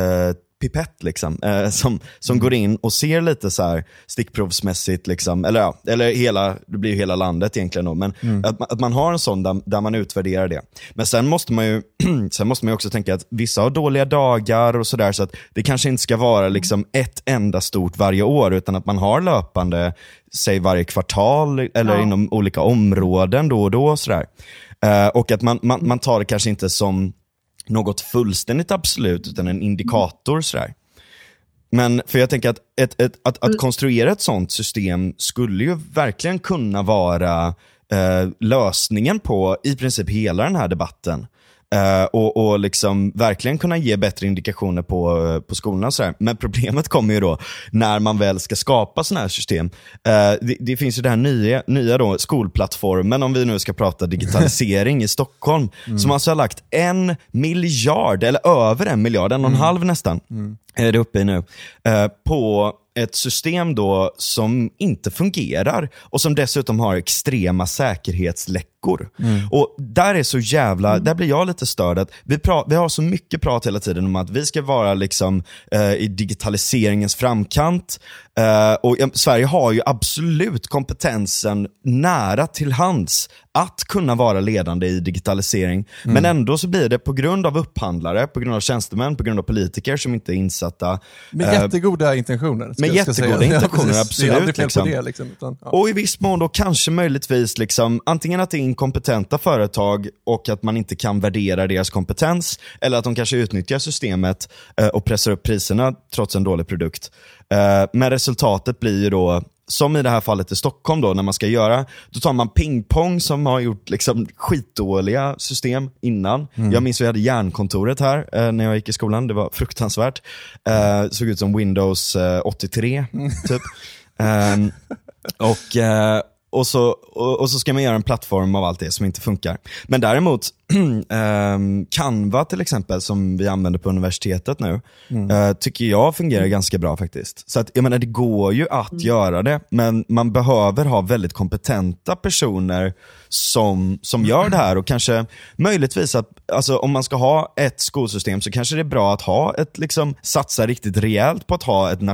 pipett liksom, som går in och ser lite så här stickprovsmässigt liksom, det blir ju hela landet egentligen då, men att man har en sån där man utvärderar det. Men sen måste man ju också tänka att vissa har dåliga dagar och sådär, så att det kanske inte ska vara liksom ett enda stort varje år, utan att man har löpande, säg varje kvartal eller inom olika områden då och då och sådär. Och att man tar det kanske inte som något fullständigt absolut, utan en indikator sådär. Men för jag tänker att konstruera ett sånt system skulle ju verkligen kunna vara lösningen på i princip hela den här debatten. Och liksom verkligen kunna ge bättre indikationer på skolorna och sådär. Men problemet kommer ju då när man väl ska skapa sådana här system. Det finns ju det här nya då, skolplattformen, om vi nu ska prata digitalisering i Stockholm, som alltså har lagt 1 miljard, eller över 1 miljard, 1,5 nästan, är det uppe i nu, på ett system då som inte fungerar och som dessutom har extrema säkerhetsläckor. Och där är så jävla, där blir jag lite störd att vi har så mycket prat hela tiden om att vi ska vara liksom i digitaliseringens framkant, och Sverige har ju absolut kompetensen nära till hands att kunna vara ledande i digitalisering, men ändå så blir det på grund av upphandlare, på grund av tjänstemän, på grund av politiker som inte är insatta. Med jättegoda intentioner. Med jättegoda intentioner, absolut. Liksom. Och i viss mån då kanske möjligtvis liksom, antingen att det är inkompetenta företag och att man inte kan värdera deras kompetens, eller att de kanske utnyttjar systemet och pressar upp priserna trots en dålig produkt. Men resultatet blir ju då, som i det här fallet i Stockholm då, när man ska göra, då tar man pingpong som har gjort liksom skitdåliga system innan. Jag minns att vi hade järnkontoret här när jag gick i skolan, det var fruktansvärt. Såg ut som Windows 83 typ. Och så ska man göra en plattform av allt det som inte funkar. Men däremot Canva till exempel, som vi använder på universitetet nu, tycker jag fungerar ganska bra faktiskt. Så att, jag menar, det går ju att göra det, men man behöver ha väldigt kompetenta personer som gör det här. Och kanske möjligtvis att, alltså, om man ska ha ett skolsystem så kanske det är bra att ha satsa riktigt rejält på att ha ett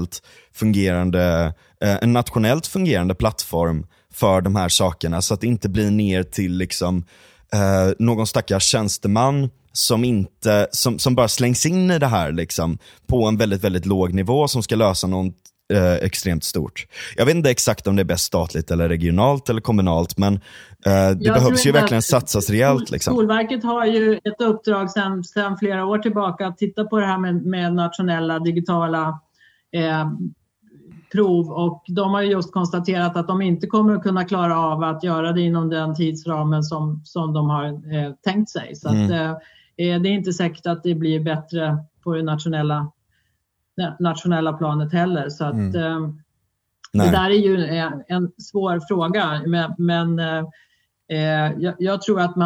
en nationellt fungerande plattform för de här sakerna, så att det inte blir ner till liksom någon stackars tjänsteman som bara slängs in i det här liksom, på en väldigt, väldigt låg nivå, som ska lösa något extremt stort. Jag vet inte exakt om det är bäst statligt eller regionalt eller kommunalt, men det behövs ju verkligen satsas rejält. Liksom. Skolverket har ju ett uppdrag sedan flera år tillbaka att titta på det här med nationella digitala prov och de har just konstaterat att de inte kommer att kunna klara av att göra det inom den tidsramen som de har tänkt sig. Så att, det är inte säkert att det blir bättre på det nationella planet heller. Så att, det där är ju en svår fråga, men jag tror att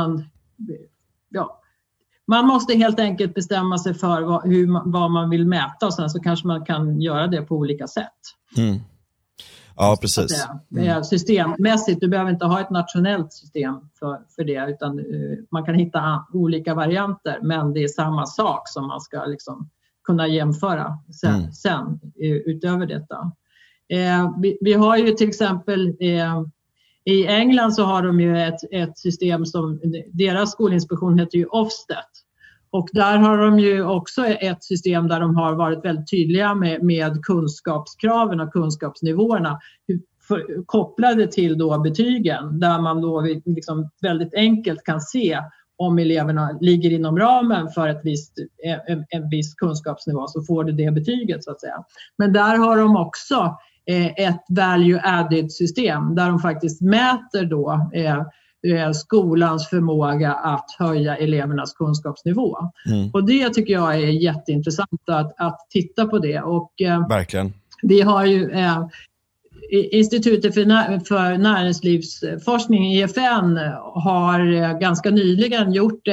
man måste helt enkelt bestämma sig för vad man vill mäta och sen så kanske man kan göra det på olika sätt. Ja, precis. Systemmässigt, du behöver inte ha ett nationellt system för det, utan man kan hitta olika varianter, men det är samma sak som man ska liksom kunna jämföra sen utöver detta. Vi har ju till exempel i England så har de ju ett system som deras skolinspektion heter ju Ofsted. Och där har de ju också ett system där de har varit väldigt tydliga med kunskapskraven och kunskapsnivåerna kopplade till då betygen, där man då liksom väldigt enkelt kan se om eleverna ligger inom ramen för en viss kunskapsnivå, så får du det betyget så att säga. Men där har de också ett value added system där de faktiskt mäter då skolans förmåga att höja elevernas kunskapsnivå. Och det tycker jag är jätteintressant att titta på det. Och verkligen. Vi har ju Institutet för näringslivsforskning, IFN, har ganska nyligen gjort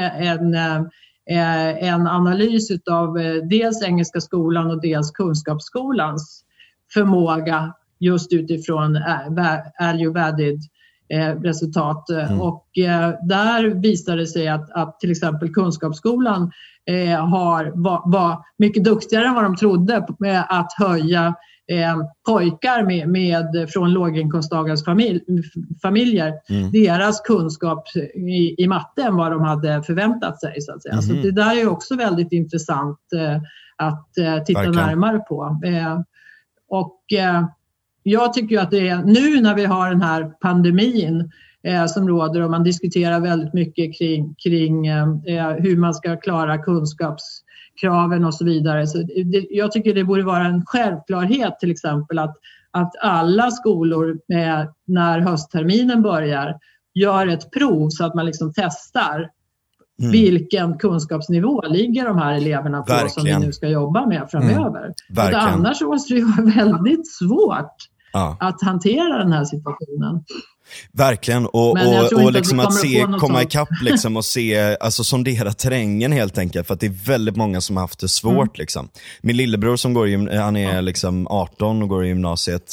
en analys av dels Engelska skolan och dels Kunskapsskolans förmåga just utifrån value added resultat. Och där visade det sig att till exempel Kunskapsskolan var mycket duktigare än vad de trodde med att höja pojkar från låginkomsttagares familjer deras kunskap i matte än vad de hade förväntat sig så att säga. Så det där är också väldigt intressant att titta närmare på. Och jag tycker att det är nu när vi har den här pandemin som råder och man diskuterar väldigt mycket kring hur man ska klara kunskapskraven och så vidare. Så jag tycker det borde vara en självklarhet till exempel att alla skolor när höstterminen börjar gör ett prov så att man liksom testar vilken kunskapsnivå ligger de här eleverna på. Verkligen. Som vi nu ska jobba med framöver. Annars så måste det vara väldigt svårt att hantera den här situationen. Verkligen, och liksom att komma ikapp liksom, och se, alltså sondera terrängen helt enkelt, för att det är väldigt många som har haft det svårt liksom. Min lillebror som går han är liksom 18 och går i gymnasiet,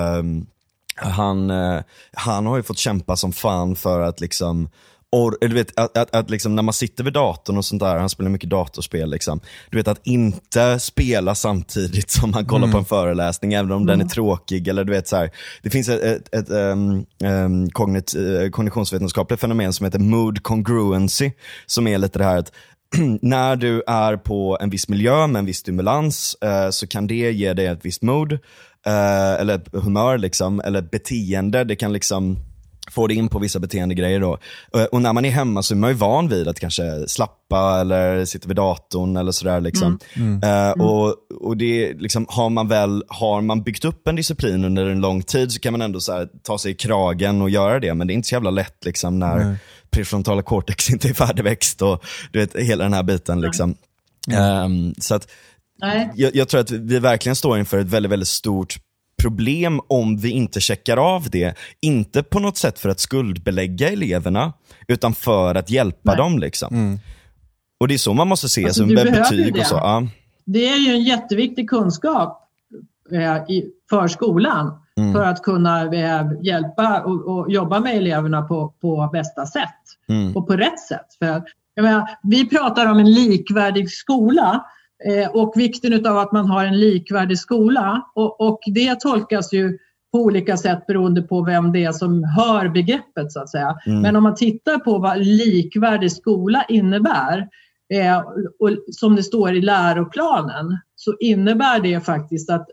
han har ju fått kämpa som fan för att liksom du vet, att liksom när man sitter vid datorn och sånt där, han spelar mycket datorspel liksom, du vet, att inte spela samtidigt som man kollar på en föreläsning, även om den är tråkig, eller du vet så här, det finns ett kognitionsvetenskapligt fenomen som heter mood congruency, som är lite det här att när du är på en viss miljö med en viss stimulans så kan det ge dig ett visst mood eller humör liksom, eller beteende, det kan liksom få det in på vissa beteendegrejer då. Och när man är hemma så är man ju van vid att kanske slappa eller sitta vid datorn eller sådär liksom. Och det liksom, har man byggt upp en disciplin under en lång tid så kan man ändå så här, ta sig i kragen och göra det, men det är inte så jävla lätt liksom när prefrontala cortex inte är färdigväxt och du vet hela den här biten liksom. Så att jag tror att vi verkligen står inför ett väldigt, väldigt stort problem om vi inte checkar av det. Inte på något sätt för att skuldbelägga eleverna, utan för att hjälpa dem liksom. Och det är så man måste se, alltså, som betyg och så. Ja. Det är ju en jätteviktig kunskap för skolan för att kunna hjälpa och jobba med eleverna på bästa sätt och på rätt sätt. För, jag menar, vi pratar om en likvärdig skola och vikten av att man har en likvärdig skola, och det tolkas ju på olika sätt beroende på vem det är som hör begreppet så att säga. Men om man tittar på vad likvärdig skola innebär och som det står i läroplanen, så innebär det faktiskt att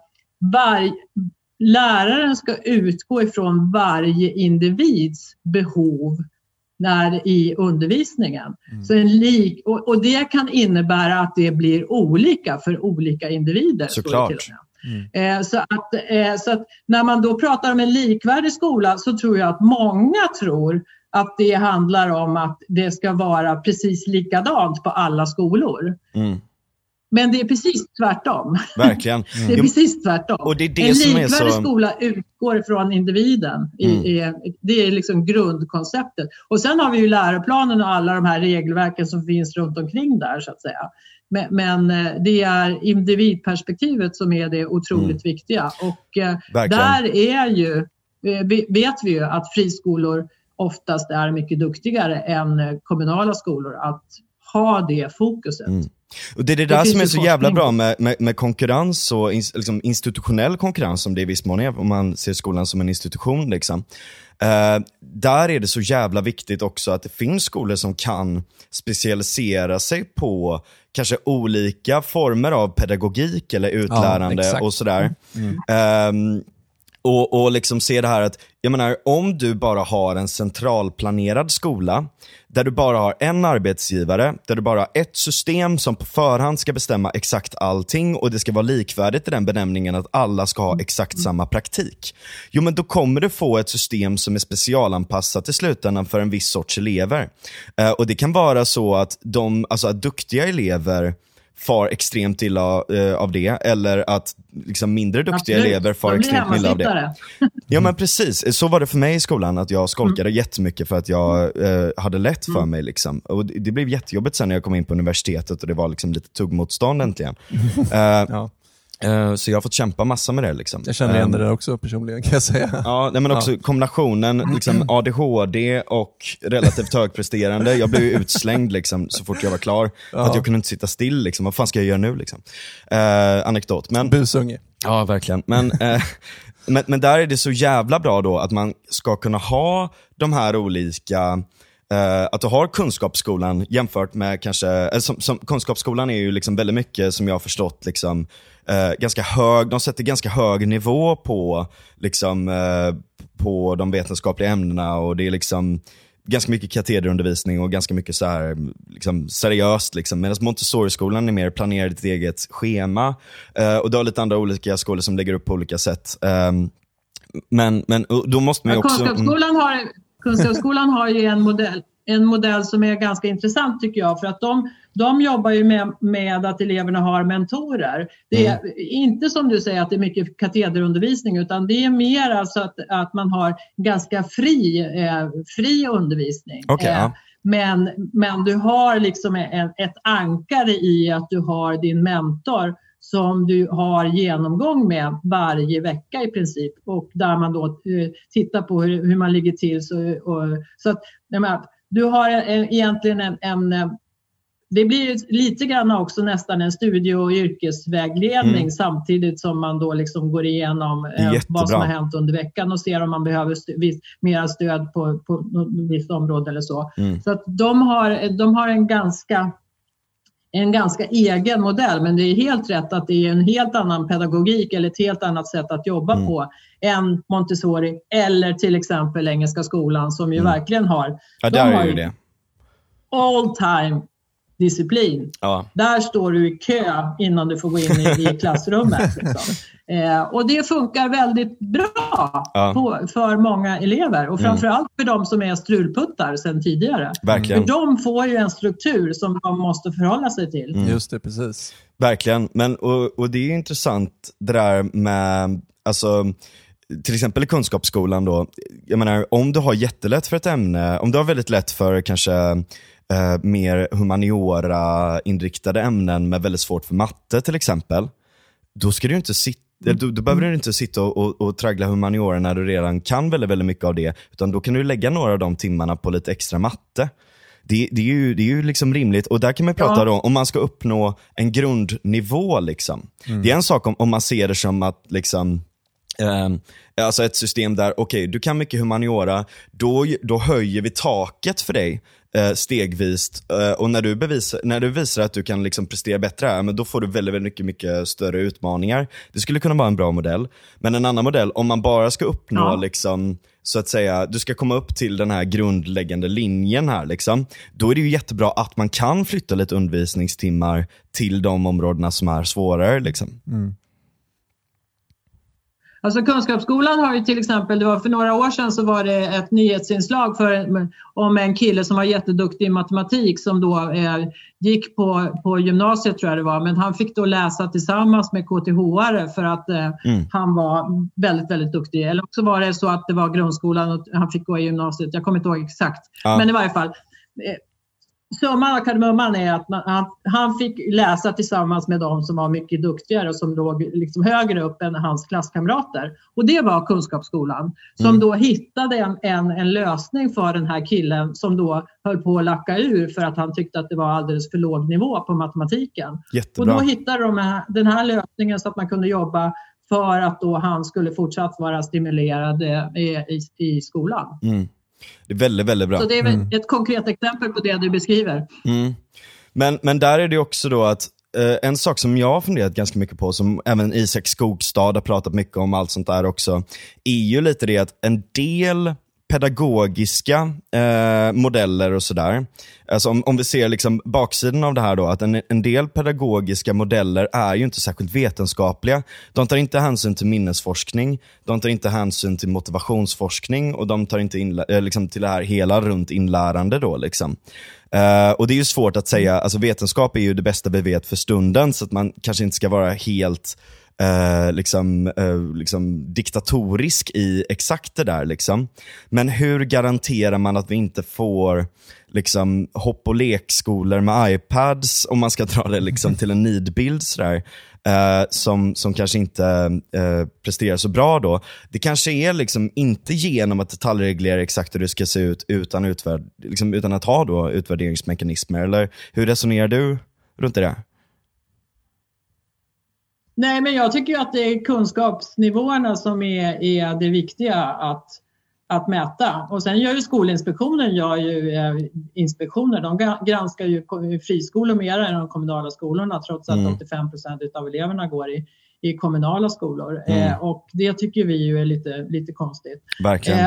läraren ska utgå ifrån varje individs behov i undervisningen. Så och det kan innebära att det blir olika för olika individer. Såklart. Så att när man då pratar om en likvärdig skola så tror jag att många tror att det handlar om att det ska vara precis likadant på alla skolor. Men det är precis tvärtom. Verkligen. Det är precis tvärtom. Och det är det en som likvärdig är så... skola utgår från individen. Det är liksom grundkonceptet. Och sen har vi ju läroplanen och alla de här regelverken som finns runt omkring där så att säga. Men det är individperspektivet som är det otroligt viktiga. Och där är ju, vet vi ju att friskolor oftast är mycket duktigare än kommunala skolor att ha det fokuset. Och det är det där som är så jävla bra med konkurrens och liksom institutionell konkurrens, som det i viss mån är om man ser skolan som en institution liksom. Där är det så jävla viktigt också att det finns skolor som kan specialisera sig på kanske olika former av pedagogik eller utlärande och sådär. Och liksom se det här att, jag menar, om du bara har en centralplanerad skola där du bara har en arbetsgivare, där du bara har ett system som på förhand ska bestämma exakt allting och det ska vara likvärdigt i den benämningen att alla ska ha exakt samma praktik. Jo, men då kommer du få ett system som är specialanpassat i slutändan för en viss sorts elever. Och det kan vara så att att duktiga elever far extremt illa av det, eller att liksom mindre duktiga elever far extremt illa av det. Ja, men precis. Så var det för mig i skolan, att jag skolkade jättemycket för att jag hade lätt för mig liksom. Och det blev jättejobbigt sen när jag kom in på universitetet och det var liksom lite tuggmotstånd äntligen. Så jag har fått kämpa massa med det liksom. Jag känner igen det där också personligen, kan jag säga. Ja, men också kombinationen liksom ADHD och relativt högpresterande. Jag blev ju utslängd liksom så fort jag var klar. Att jag kunde inte sitta still liksom. Vad fan ska jag göra nu liksom? Anekdot. Men busunge. Ja, verkligen. Men där är det så jävla bra då att man ska kunna ha de här olika... att du har kunskapsskolan jämfört med kanske... Som kunskapsskolan är ju liksom väldigt mycket, som jag har förstått, liksom, ganska hög. De sätter ganska hög nivå på, liksom, på de vetenskapliga ämnena, och det är liksom ganska mycket katederundervisning och ganska mycket så här, liksom, seriöst liksom. Medan Montessori-skolan är mer planerad i ett eget schema, och det har lite andra olika skolor som lägger upp på olika sätt. Men då måste man ju också... Kunskapsskolan har ju en modell som är ganska intressant tycker jag, för att de jobbar ju med att eleverna har mentorer. Det är inte som du säger att det är mycket katederundervisning, utan det är mer alltså att man har ganska fri undervisning. Okay, men du har liksom ett ankare i att du har din mentor som du har genomgång med varje vecka i princip, och där man då tittar på hur man ligger till. Så att du har egentligen det blir lite grann också nästan en studie- och yrkesvägledning samtidigt som man då liksom går igenom vad som har hänt under veckan och ser om man behöver mer stöd på något visst område eller så. Så att de har en ganska egen modell, men det är helt rätt att det är en helt annan pedagogik eller ett helt annat sätt att jobba på än Montessori eller till exempel Engelska skolan, som ju verkligen har... Ja, där är ju det. All time disciplin. Ja. Där står du i kö innan du får gå in i klassrummet. Liksom. Och det funkar väldigt bra för många elever. Och framförallt för de som är strulputtar sedan tidigare. Verkligen. För de får ju en struktur som de måste förhålla sig till. Just det, precis. Verkligen. Men, och det är ju intressant det där med... Alltså, till exempel i kunskapsskolan då. Jag menar, om du har jättelätt för ett ämne, om du har väldigt lätt för kanske... mer humaniora-inriktade ämnen med väldigt svårt för matte till exempel, då ska du inte då behöver du inte sitta och traggla humaniora när du redan kan väldigt, väldigt mycket av det, utan då kan du lägga några av de timmarna på lite extra matte. Det är ju liksom rimligt, och där kan man prata då om man ska uppnå en grundnivå liksom. Det är en sak om man ser det som att liksom alltså ett system där, okej, du kan mycket humaniora, då höjer vi taket för dig stegvis, och när du visar att du kan liksom prestera bättre, men då får du väldigt, väldigt mycket större utmaningar. Det skulle kunna vara en bra modell. Men en annan modell, om man bara ska uppnå liksom, så att säga, du ska komma upp till den här grundläggande linjen här liksom, då är det ju jättebra att man kan flytta lite undervisningstimmar till de områdena som är svårare liksom. Alltså Kunskapsskolan har ju till exempel, det var för några år sedan så var det ett nyhetsinslag om en kille som var jätteduktig i matematik som då gick på gymnasiet tror jag det var, men han fick då läsa tillsammans med KTH-are för att han var väldigt, väldigt duktig. Eller också var det så att det var grundskolan och han fick gå i gymnasiet, jag kommer inte ihåg exakt. Ja. Men i varje fall, summan av kardemumman är att han fick läsa tillsammans med de som var mycket duktigare och som låg liksom högre upp än hans klasskamrater. Och det var Kunskapsskolan som då hittade en lösning för den här killen som då höll på att lacka ur för att han tyckte att det var alldeles för låg nivå på matematiken. Jättebra. Och då hittade de den här lösningen så att man kunde jobba för att då han skulle fortsatt vara stimulerad i skolan. Mm. Det är väldigt, väldigt bra. Så det är ett konkret exempel på det du beskriver. Men där är det också då att en sak som jag har funderat ganska mycket på, som även Isak Skogstad har pratat mycket om, allt sånt där också, är ju lite det att en del pedagogiska modeller och sådär. Alltså om vi ser liksom baksidan av det här då, att en del pedagogiska modeller är ju inte särskilt vetenskapliga. De tar inte hänsyn till minnesforskning, de tar inte hänsyn till motivationsforskning och de tar inte liksom till det här hela runt inlärande då liksom. Och det är ju svårt att säga, alltså vetenskap är ju det bästa vi vet för stunden, så att man kanske inte ska vara helt liksom diktatorisk i exakt det där liksom. Men hur garanterar man att vi inte får liksom hopp- och lekskolor med iPads, om man ska dra det liksom till en nidbild sådär, som kanske inte presterar så bra då. Det kanske är liksom inte genom att detaljreglera exakt hur det ska se ut utan att ha då utvärderingsmekanismer, eller hur resonerar du runt det? Nej, men jag tycker ju att det är kunskapsnivåerna som är det viktiga att mäta. Och sen gör ju Skolinspektionen inspektioner. De granskar ju friskolor mer än de kommunala skolorna, trots att 85% av eleverna går i kommunala skolor. Och det tycker vi ju är lite konstigt. Verkligen.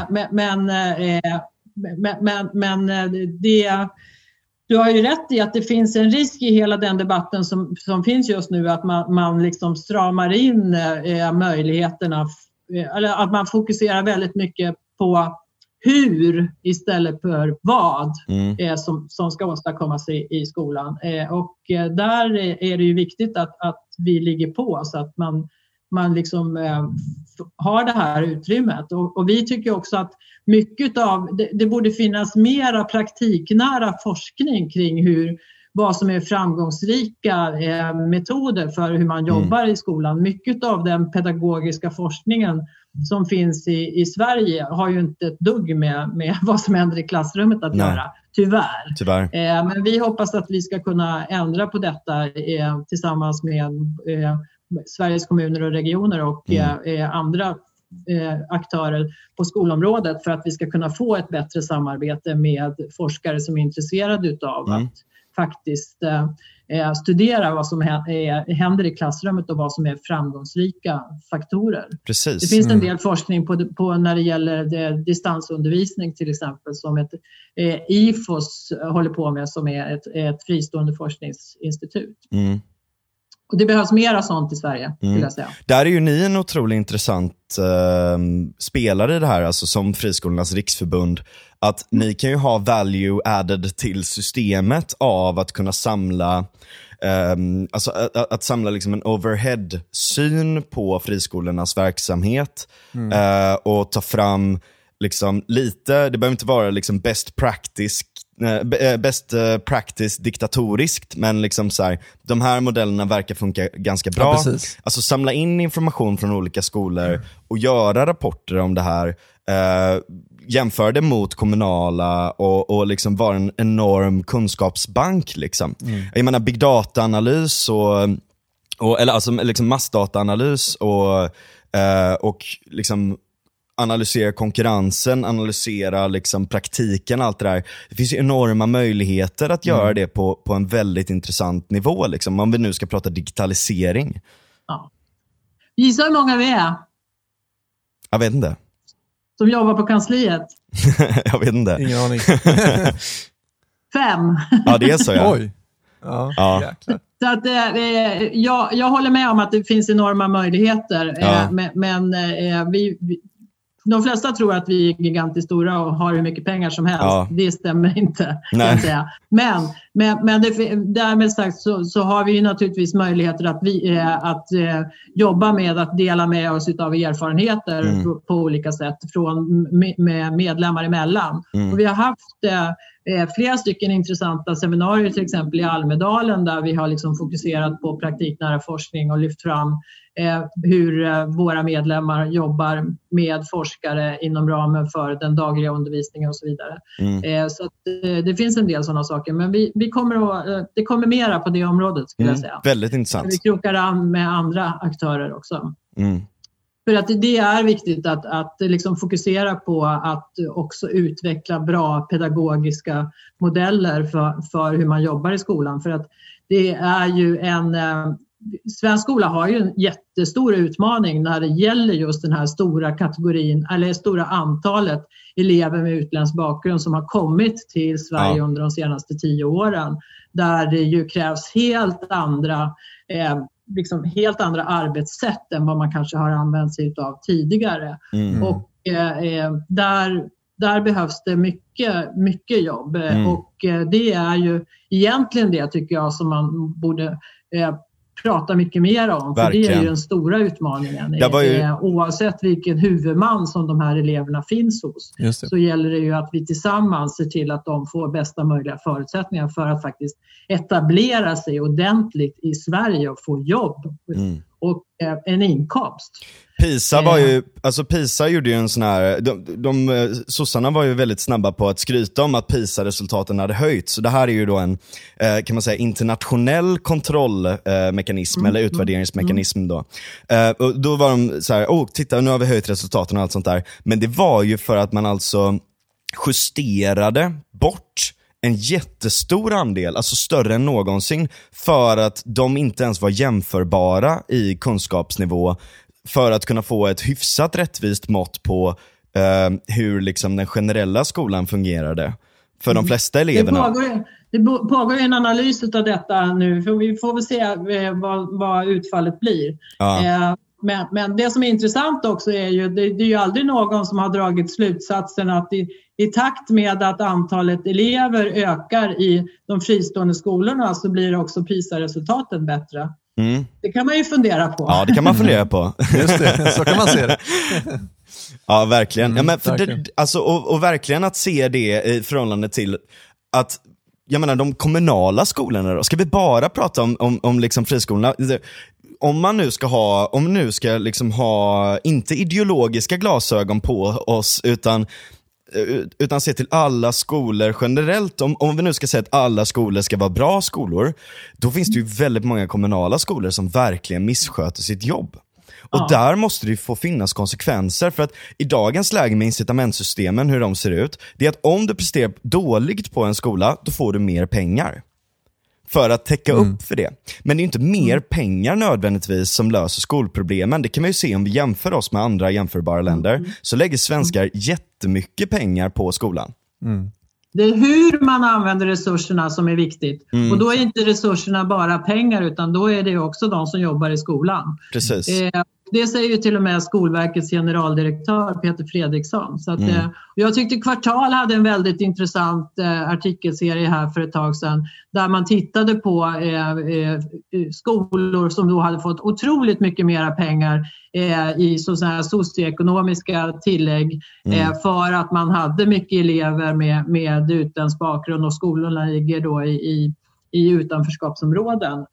Men det... Du har ju rätt i att det finns en risk i hela den debatten som finns just nu, att man liksom stramar in möjligheterna, eller att man fokuserar väldigt mycket på hur istället för vad som ska åstadkommas i skolan. Och där är det ju viktigt att vi ligger på så att man liksom har det här utrymmet. Och vi tycker också att mycket av det borde finnas mera praktiknära forskning kring vad som är framgångsrika metoder för hur man jobbar i skolan. Mycket av den pedagogiska forskningen som finns i Sverige har ju inte ett dugg med vad som händer i klassrummet att göra. Tyvärr. Men vi hoppas att vi ska kunna ändra på detta tillsammans med Sveriges kommuner och regioner och andra aktörer på skolområdet, för att vi ska kunna få ett bättre samarbete med forskare som är intresserade utav att faktiskt studera vad som händer i klassrummet och vad som är framgångsrika faktorer. Precis. Det finns en del forskning på när det gäller distansundervisning till exempel, som ett IFOS håller på med, som är ett fristående forskningsinstitut. Och det behövs mer av sånt i Sverige, vill jag säga. Där är ju ni en otroligt intressant spelare i det här, alltså som Friskolornas riksförbund. Att ni kan ju ha value added till systemet av att kunna samla alltså att samla liksom en overhead-syn på friskolornas verksamhet och ta fram liksom lite, det behöver inte vara liksom best practice diktatoriskt, men liksom så här, de här modellerna verkar funka ganska bra. Ja, alltså samla in information från olika skolor och göra rapporter om det här, jämföra det mot kommunala och liksom vara en enorm kunskapsbank liksom. Jag menar big data-analys eller alltså liksom massdata-analys och liksom analysera konkurrensen, analysera liksom praktiken, allt det där. Det finns ju enorma möjligheter att göra det på en väldigt intressant nivå liksom, om vi nu ska prata digitalisering. Ja. Gissa hur många vi är? Jag vet inte. Som jobbar på kansliet? Jag vet inte. Ingen aning. 5. Ja, det är så, ja. Oj. Ja. Så att, jag håller med om att det finns enorma möjligheter. Men de flesta tror att vi är gigantiskt stora och har hur mycket pengar som helst. Ja. Det stämmer inte. Kan jag säga. Men därmed sagt så har vi ju naturligtvis möjligheter att jobba med att dela med oss av erfarenheter på olika sätt med medlemmar emellan. Och vi har haft flera stycken intressanta seminarier till exempel i Almedalen där vi har liksom fokuserat på praktiknära forskning och lyft fram hur våra medlemmar jobbar med forskare inom ramen för den dagliga undervisningen och så vidare. Så att, det finns en del sådana saker, men det kommer mera på det området skulle jag säga. Väldigt intressant. Vi krokar an med andra aktörer också. För att det är viktigt att liksom fokusera på att också utveckla bra pedagogiska modeller för hur man jobbar i skolan. För att det är ju svensk skola har ju en jättestor utmaning när det gäller just den här stora kategorin, eller stora antalet elever med utländsk bakgrund som har kommit till Sverige under de senaste 10 åren. Där det ju krävs helt andra arbetssätt än vad man kanske har använt sig av tidigare. Och där behövs det mycket jobb. Och det är ju egentligen det tycker jag som man borde prata mycket mer om. För det är ju den stora utmaningen. Oavsett vilken huvudman som de här eleverna finns hos så gäller det ju att vi tillsammans ser till att de får bästa möjliga förutsättningar för att faktiskt etablera sig ordentligt i Sverige och få jobb och en inkomst. PISA gjorde ju en sån här, sossarna var ju väldigt snabba på att skryta om att PISA-resultaten hade höjts. Så det här är ju då en, kan man säga, internationell kontrollmekanism eller utvärderingsmekanism då. Och då var de så här, titta nu har vi höjt resultaten och allt sånt där. Men det var ju för att man alltså justerade bort en jättestor andel, alltså större än någonsin, för att de inte ens var jämförbara i kunskapsnivå för att kunna få ett hyfsat rättvist mått på hur liksom den generella skolan fungerade för de flesta eleverna. Det pågår en analys av detta nu, för vi får väl se vad utfallet blir. Ja. Men det som är intressant också är ju, det är ju aldrig någon som har dragit slutsatsen att i takt med att antalet elever ökar i de fristående skolorna så blir också PISA-resultaten bättre. Det kan man ju fundera på. Ja, det kan man fundera på. Just det, så kan man se det. Ja, verkligen. Ja, men verkligen. Och verkligen att se det i förhållande till att, jag menar, de kommunala skolorna då. Ska vi bara prata om liksom friskolorna? Om man nu ska liksom ha inte ideologiska glasögon på oss utan se till alla skolor generellt. Om vi nu ska säga att alla skolor ska vara bra skolor, då finns det ju väldigt många kommunala skolor som verkligen missköter sitt jobb. Och där måste det ju få finnas konsekvenser, för att i dagens läge med incitamentsystemen, hur de ser ut, det är att om du presterar dåligt på en skola, då får du mer pengar för att täcka upp för det. Men det är inte mer pengar nödvändigtvis som löser skolproblemen. Det kan man ju se om vi jämför oss med andra jämförbara länder. Så lägger svenskar jättemycket pengar på skolan. Det är hur man använder resurserna som är viktigt. Och då är inte resurserna bara pengar, utan då är det också de som jobbar i skolan. Precis. Det säger ju till och med Skolverkets generaldirektör Peter Fredriksson. Så att, jag tyckte Kvartal hade en väldigt intressant artikelserie här för ett tag sedan, där man tittade på skolor som då hade fått otroligt mycket mera pengar i så här socioekonomiska tillägg för att man hade mycket elever med utländsk bakgrund, och skolorna ligger då i utanförskapsområden.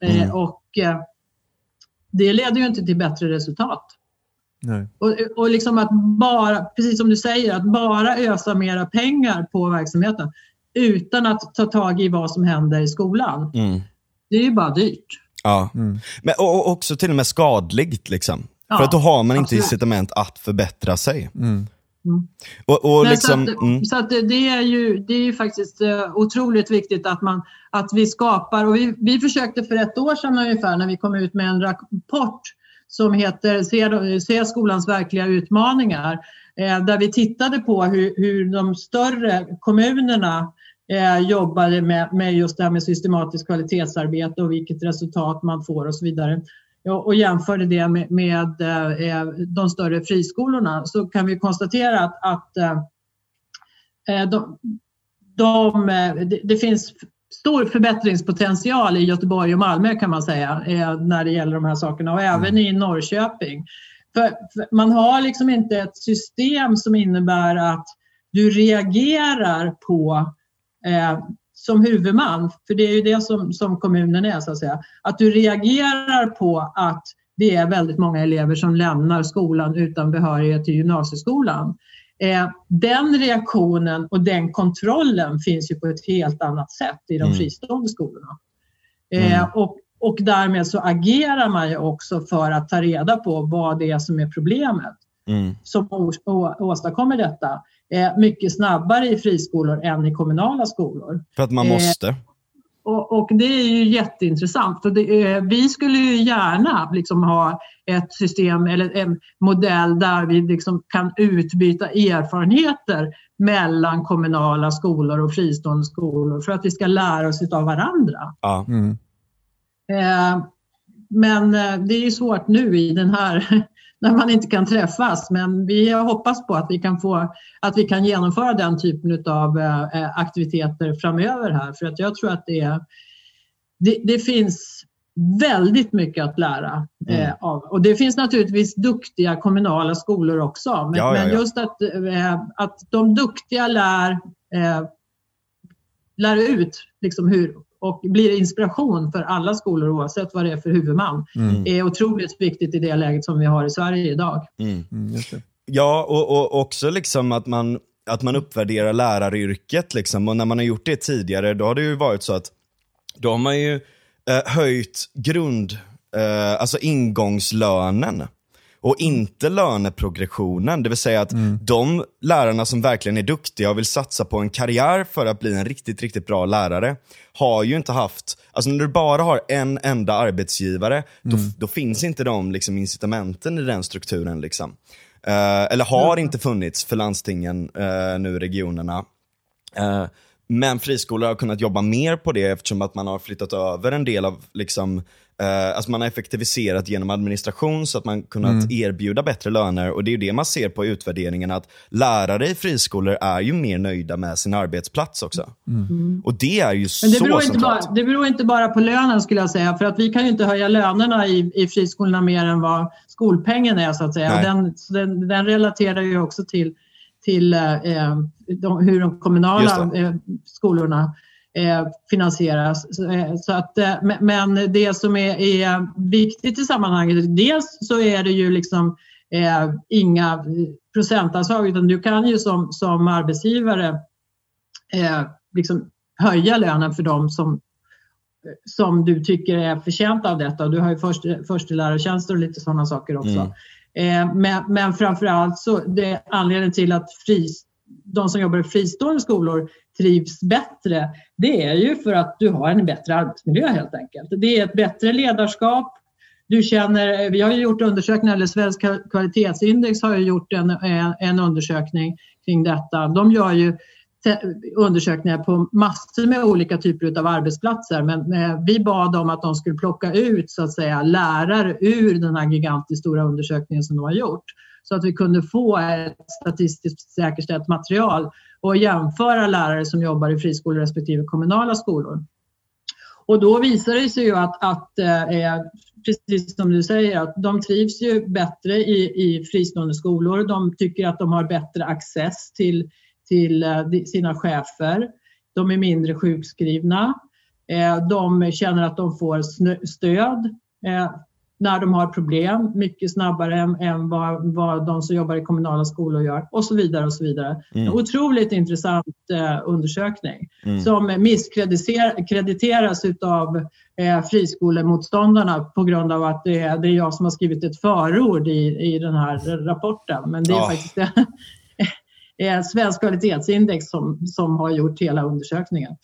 Det leder ju inte till bättre resultat. Nej. Och liksom att bara, precis som du säger, att bara ösa mera pengar på verksamheten utan att ta tag i vad som händer i skolan. Det är ju bara dyrt. Ja, men och också till och med skadligt liksom. Ja, för att då har man inte incitament att förbättra sig. Och liksom, så att det är ju faktiskt otroligt viktigt att vi skapar, och vi försökte för ett år sedan ungefär, när vi kom ut med en rapport som heter Se skolans verkliga utmaningar, där vi tittade på hur de större kommunerna jobbade med just det här med systematiskt kvalitetsarbete och vilket resultat man får och så vidare. Och jämförde det med de större friskolorna, så kan vi konstatera att det finns stor förbättringspotential i Göteborg och Malmö, kan man säga, när det gäller de här sakerna, och även i Norrköping. För man har liksom inte ett system som innebär att du reagerar på som huvudman, för det är ju det som kommunen är, så att säga, att du reagerar på att det är väldigt många elever som lämnar skolan utan behörighet till gymnasieskolan. Den reaktionen och den kontrollen finns ju på ett helt annat sätt i de fristående skolorna. Och därmed så agerar man ju också för att ta reda på vad det är som är problemet som åstadkommer detta. Mycket snabbare i friskolor än i kommunala skolor. För att man måste. Och det är ju jätteintressant. För vi skulle ju gärna liksom ha ett system eller en modell där vi liksom kan utbyta erfarenheter mellan kommunala skolor och fristående skolor för att vi ska lära oss av varandra. Ja. Men det är ju svårt nu i den här när man inte kan träffas, men vi hoppas på att vi kan genomföra den typen av aktiviteter framöver här, för att jag tror att det finns väldigt mycket att lära av. Och det finns naturligtvis duktiga kommunala skolor också, men just att de duktiga lär ut liksom hur och blir inspiration för alla skolor oavsett vad det är för huvudman. Är otroligt viktigt i det läget som vi har i Sverige idag. Just det. Ja, och också liksom att man uppvärderar läraryrket liksom. Och när man har gjort det tidigare, då har det ju varit så att då har man ju höjt alltså ingångslönen och inte löneprogressionen. Det vill säga att de lärarna som verkligen är duktiga och vill satsa på en karriär för att bli en riktigt, riktigt bra lärare har ju inte haft, alltså när du bara har en enda arbetsgivare, då finns inte de liksom incitamenten i den strukturen liksom. Eller har inte funnits för landstingen nu, regionerna. Men friskolor har kunnat jobba mer på det eftersom att man har flyttat över en del av liksom, alltså man har effektiviserat genom administration så att man kunnat erbjuda bättre löner, och det är ju det man ser på utvärderingen, att lärare i friskolor är ju mer nöjda med sin arbetsplats också. Och det är ju så centralt. Det beror inte bara på lönen, skulle jag säga, för att vi kan ju inte höja lönerna i friskolorna mer än vad skolpengen är, så att säga. Den relaterar ju också till hur de kommunala skolorna finansieras. Så att, men det som är viktigt i sammanhanget, dels så är det ju liksom inga procentanslag, utan du kan ju som arbetsgivare liksom höja lönen för dem som du tycker är förtjänta av detta. Du har ju förstelärartjänster och lite sådana saker också. Men framförallt så det anledningen till att de som jobbar i fristående skolor trivs bättre, det är ju för att du har en bättre arbetsmiljö helt enkelt. Det är ett bättre ledarskap. Vi har ju gjort undersökningar, eller Svensk kvalitetsindex har ju gjort en undersökning kring detta. De gör ju undersökningar på massor med olika typer av arbetsplatser, men vi bad om att de skulle plocka ut, så att säga, lärare ur den här gigantiskt stora undersökningen som de har gjort, så att vi kunde få ett statistiskt säkerställt material och jämföra lärare som jobbar i friskolor respektive kommunala skolor. Och då visar det sig ju att precis som du säger, att de trivs ju bättre i fristående skolor. De tycker att de har bättre access till sina chefer. De är mindre sjukskrivna. De känner att de får stöd när de har problem mycket snabbare än vad de som jobbar i kommunala skolor gör, och så vidare och så vidare. En otroligt intressant undersökning som misskrediteras utav friskolemotståndarna på grund av att det är jag som har skrivit ett förord i den här rapporten. Men det är faktiskt Svensk kvalitetsindex som har gjort hela undersökningen.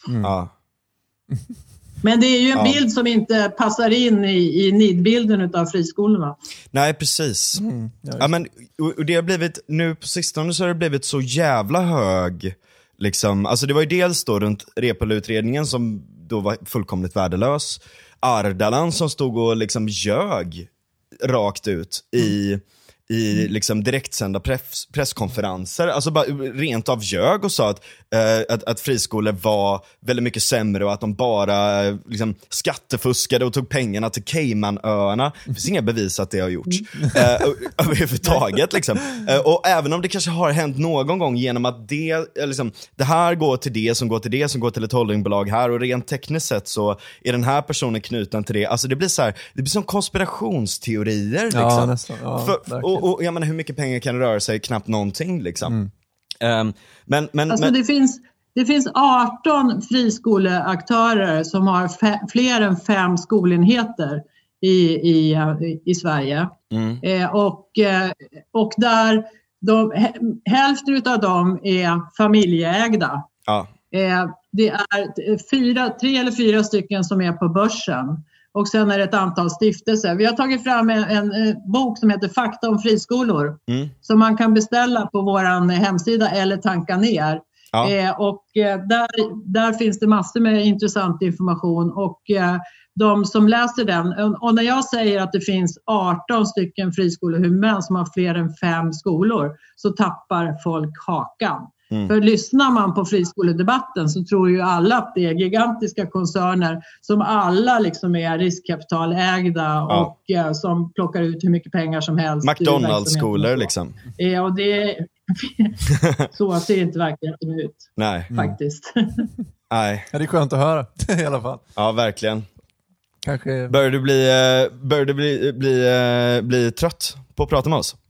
Men det är ju en bild som inte passar in i nidbilden av friskolorna. Nej, precis. Men, och det har blivit, nu på sistone så har det blivit så jävla hög liksom, alltså det var ju dels då runt Reepalu-utredningen som då var fullkomligt värdelös. Ardalan som stod och liksom ljög rakt ut i liksom direktsända presskonferenser, alltså bara rent av ljög och sa att friskolor var väldigt mycket sämre och att de bara liksom skattefuskade och tog pengarna till Caymanöarna. Det finns inga bevis att det har gjorts överhuvudtaget liksom. Och även om det kanske har hänt någon gång genom att det här går till det som går till det som går till ett holdingbolag här, och rent tekniskt sett så är den här personen knuten till det. Alltså det blir så här, det blir som konspirationsteorier liksom. Ja, nästan. Ja, och jag menar, hur mycket pengar kan det röra sig? Knappt någonting liksom. Det finns 18 friskoleaktörer som har fler än 5 skolenheter i Sverige. Och där hälften av dem är familjeägda. Ja. Det är 3 eller 4 stycken som är på börsen. Och sen är det ett antal stiftelser. Vi har tagit fram en bok som heter Fakta om friskolor. Som man kan beställa på vår hemsida eller tanka ner. Ja. Och där finns det massor med intressant information. Och de som läser den, och när jag säger att det finns 18 stycken friskolehuvudmän som har fler än 5 skolor, så tappar folk hakan. För lyssnar man på friskoledebatten så tror ju alla att det är gigantiska koncerner som alla liksom är riskkapitalägda och som plockar ut hur mycket pengar som helst. McDonald's-skolor liksom. Och så ser inte verkligheten ut. Nej. Faktiskt. Nej. Ja, det är skönt att höra i alla fall. Ja, verkligen. Kanske... Börjar du bli trött på att prata med oss?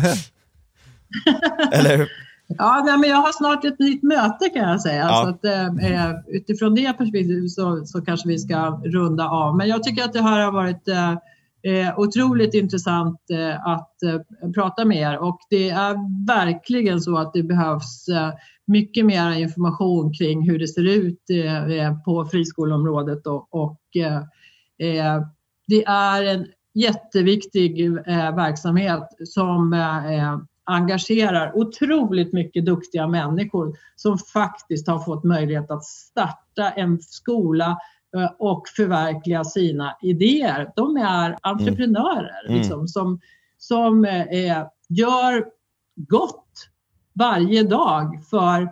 Eller? Ja, men jag har snart ett nytt möte kan jag säga. Ja. Så att, utifrån det perspektivet så kanske vi ska runda av. Men jag tycker att det här har varit otroligt intressant att prata med er. Och det är verkligen så att det behövs mycket mer information kring hur det ser ut på friskoleområdet. Och det är en jätteviktig verksamhet som engagerar otroligt mycket duktiga människor som faktiskt har fått möjlighet att starta en skola och förverkliga sina idéer. De är entreprenörer liksom, som gör gott varje dag för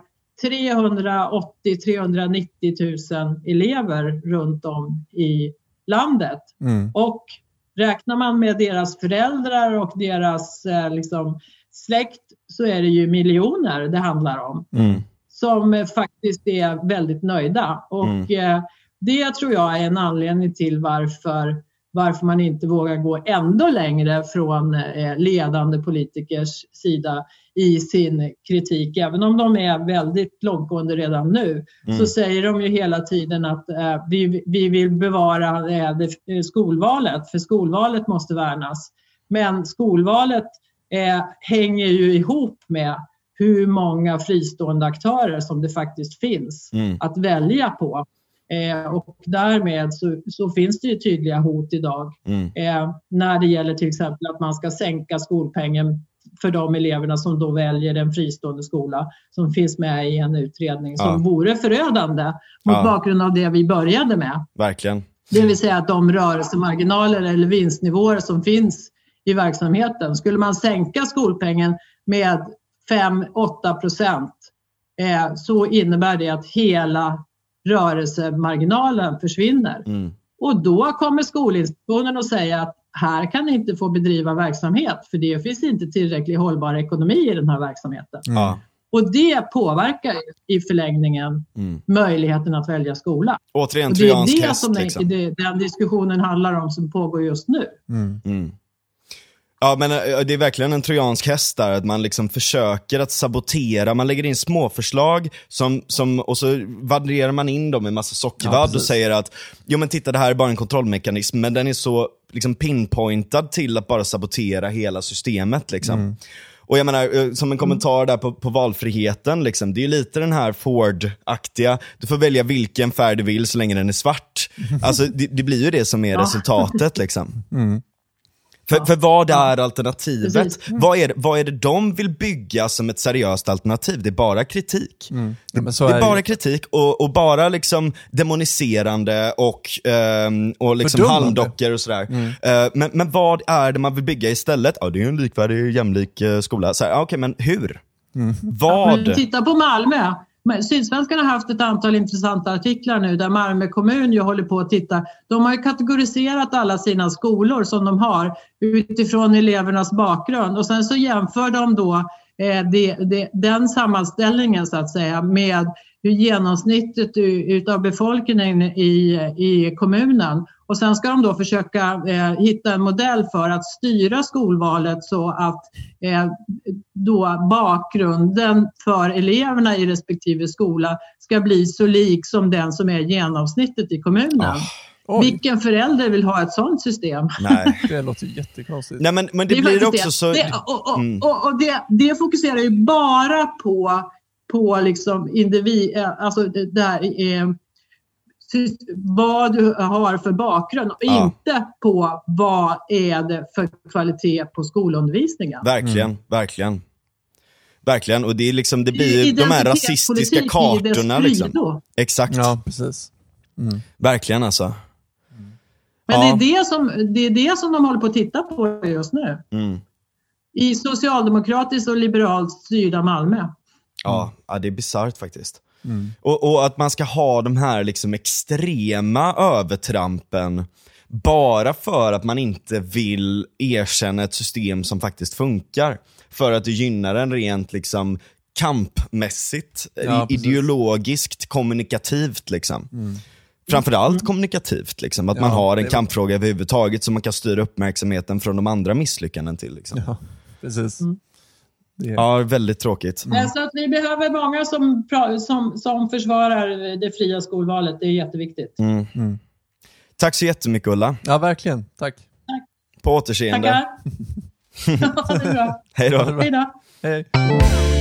380-390 000 elever runt om i landet. Och räknar man med deras föräldrar och deras släkt, så är det ju miljoner det handlar om. Som faktiskt är väldigt nöjda. Och det tror jag är en anledning till varför man inte vågar gå ändå längre från ledande politikers sida i sin kritik. Även om de är väldigt långtgående redan nu, så säger de ju hela tiden att vi vill bevara skolvalet, för skolvalet måste värnas. Men skolvalet hänger ju ihop med hur många fristående aktörer som det faktiskt finns att välja på. Och därmed så finns det ju tydliga hot idag när det gäller till exempel att man ska sänka skolpengen för de eleverna som då väljer en fristående skola, som finns med i en utredning som vore förödande mot bakgrund av det vi började med. Verkligen. Det vill säga att de rörelsemarginaler eller vinstnivåer som finns i verksamheten, skulle man sänka skolpengen med 5-8%, så innebär det att hela rörelsemarginalen försvinner. Och då kommer Skolinspektionen att säga att här kan ni inte få bedriva verksamhet, för det finns inte tillräckligt hållbar ekonomi i den här verksamheten. Och det påverkar i förlängningen möjligheten att välja skola. Återigen, trojansk häst. Och det är det som den diskussionen handlar om, som pågår just nu. Ja, men det är verkligen en trojansk häst där, att man liksom försöker att sabotera, man lägger in små förslag och så vadderar man in dem i massa sockervadd och säger att jo men titta, det här är bara en kontrollmekanism, men den är så liksom pinpointad till att bara sabotera hela systemet liksom. Och jag menar, som en kommentar där på valfriheten liksom, det är lite den här Ford-aktiga, du får välja vilken färg du vill så länge den är svart. Alltså det blir ju det som är resultatet liksom. För vad är alternativet? Vad är det de vill bygga som ett seriöst alternativ? Det är bara kritik. Ja, det är bara kritik och bara liksom demoniserande och liksom halmdockor och sådär. Men vad är det man vill bygga istället? Ja, det är ju en likvärdig, jämlik skola. Okej, men hur? Vad? Men titta på Malmö. Sydsvenskan har haft ett antal intressanta artiklar nu där Malmö kommun ju håller på att titta. De har ju kategoriserat alla sina skolor som de har utifrån elevernas bakgrund och sen så jämför de då den sammanställningen så att säga med hur genomsnittet utav befolkningen i kommunen. Och sen ska de då försöka hitta en modell för att styra skolvalet så att då bakgrunden för eleverna i respektive skola ska bli så lik som den som är genomsnittet i kommunen. Vilken förälder vill ha ett sånt system? Nej, det låter jättekonstigt. Nej, men det blir också så... Det fokuserar ju bara på liksom individ, alltså där vad du har för bakgrund och inte på vad är det för kvalitet på skolundervisningen. Verkligen. Och det är liksom, det blir de här rasistiska kartorna liksom. Exakt. Ja, precis. Verkligen alltså. Men det är det som de håller på att titta på just nu. I socialdemokratiskt och liberalt styrda Malmö. Ja, det är bizarrt faktiskt. Och att man ska ha de här liksom extrema övertrampen bara för att man inte vill erkänna ett system som faktiskt funkar. För att det gynnar en rent liksom kampmässigt, ideologiskt, kommunikativt liksom. Framförallt kommunikativt liksom. Att man har en kampfråga överhuvudtaget som man kan styra uppmärksamheten från de andra misslyckanden till liksom. Ja, precis. Ja, väldigt tråkigt. Så att vi behöver många som försvarar det fria skolvalet. Det är jätteviktigt. Tack så jättemycket, Ulla. Ja, verkligen. Tack. På återseende. Tackar. Ja, det är bra. Hej då. Hej då. Hej.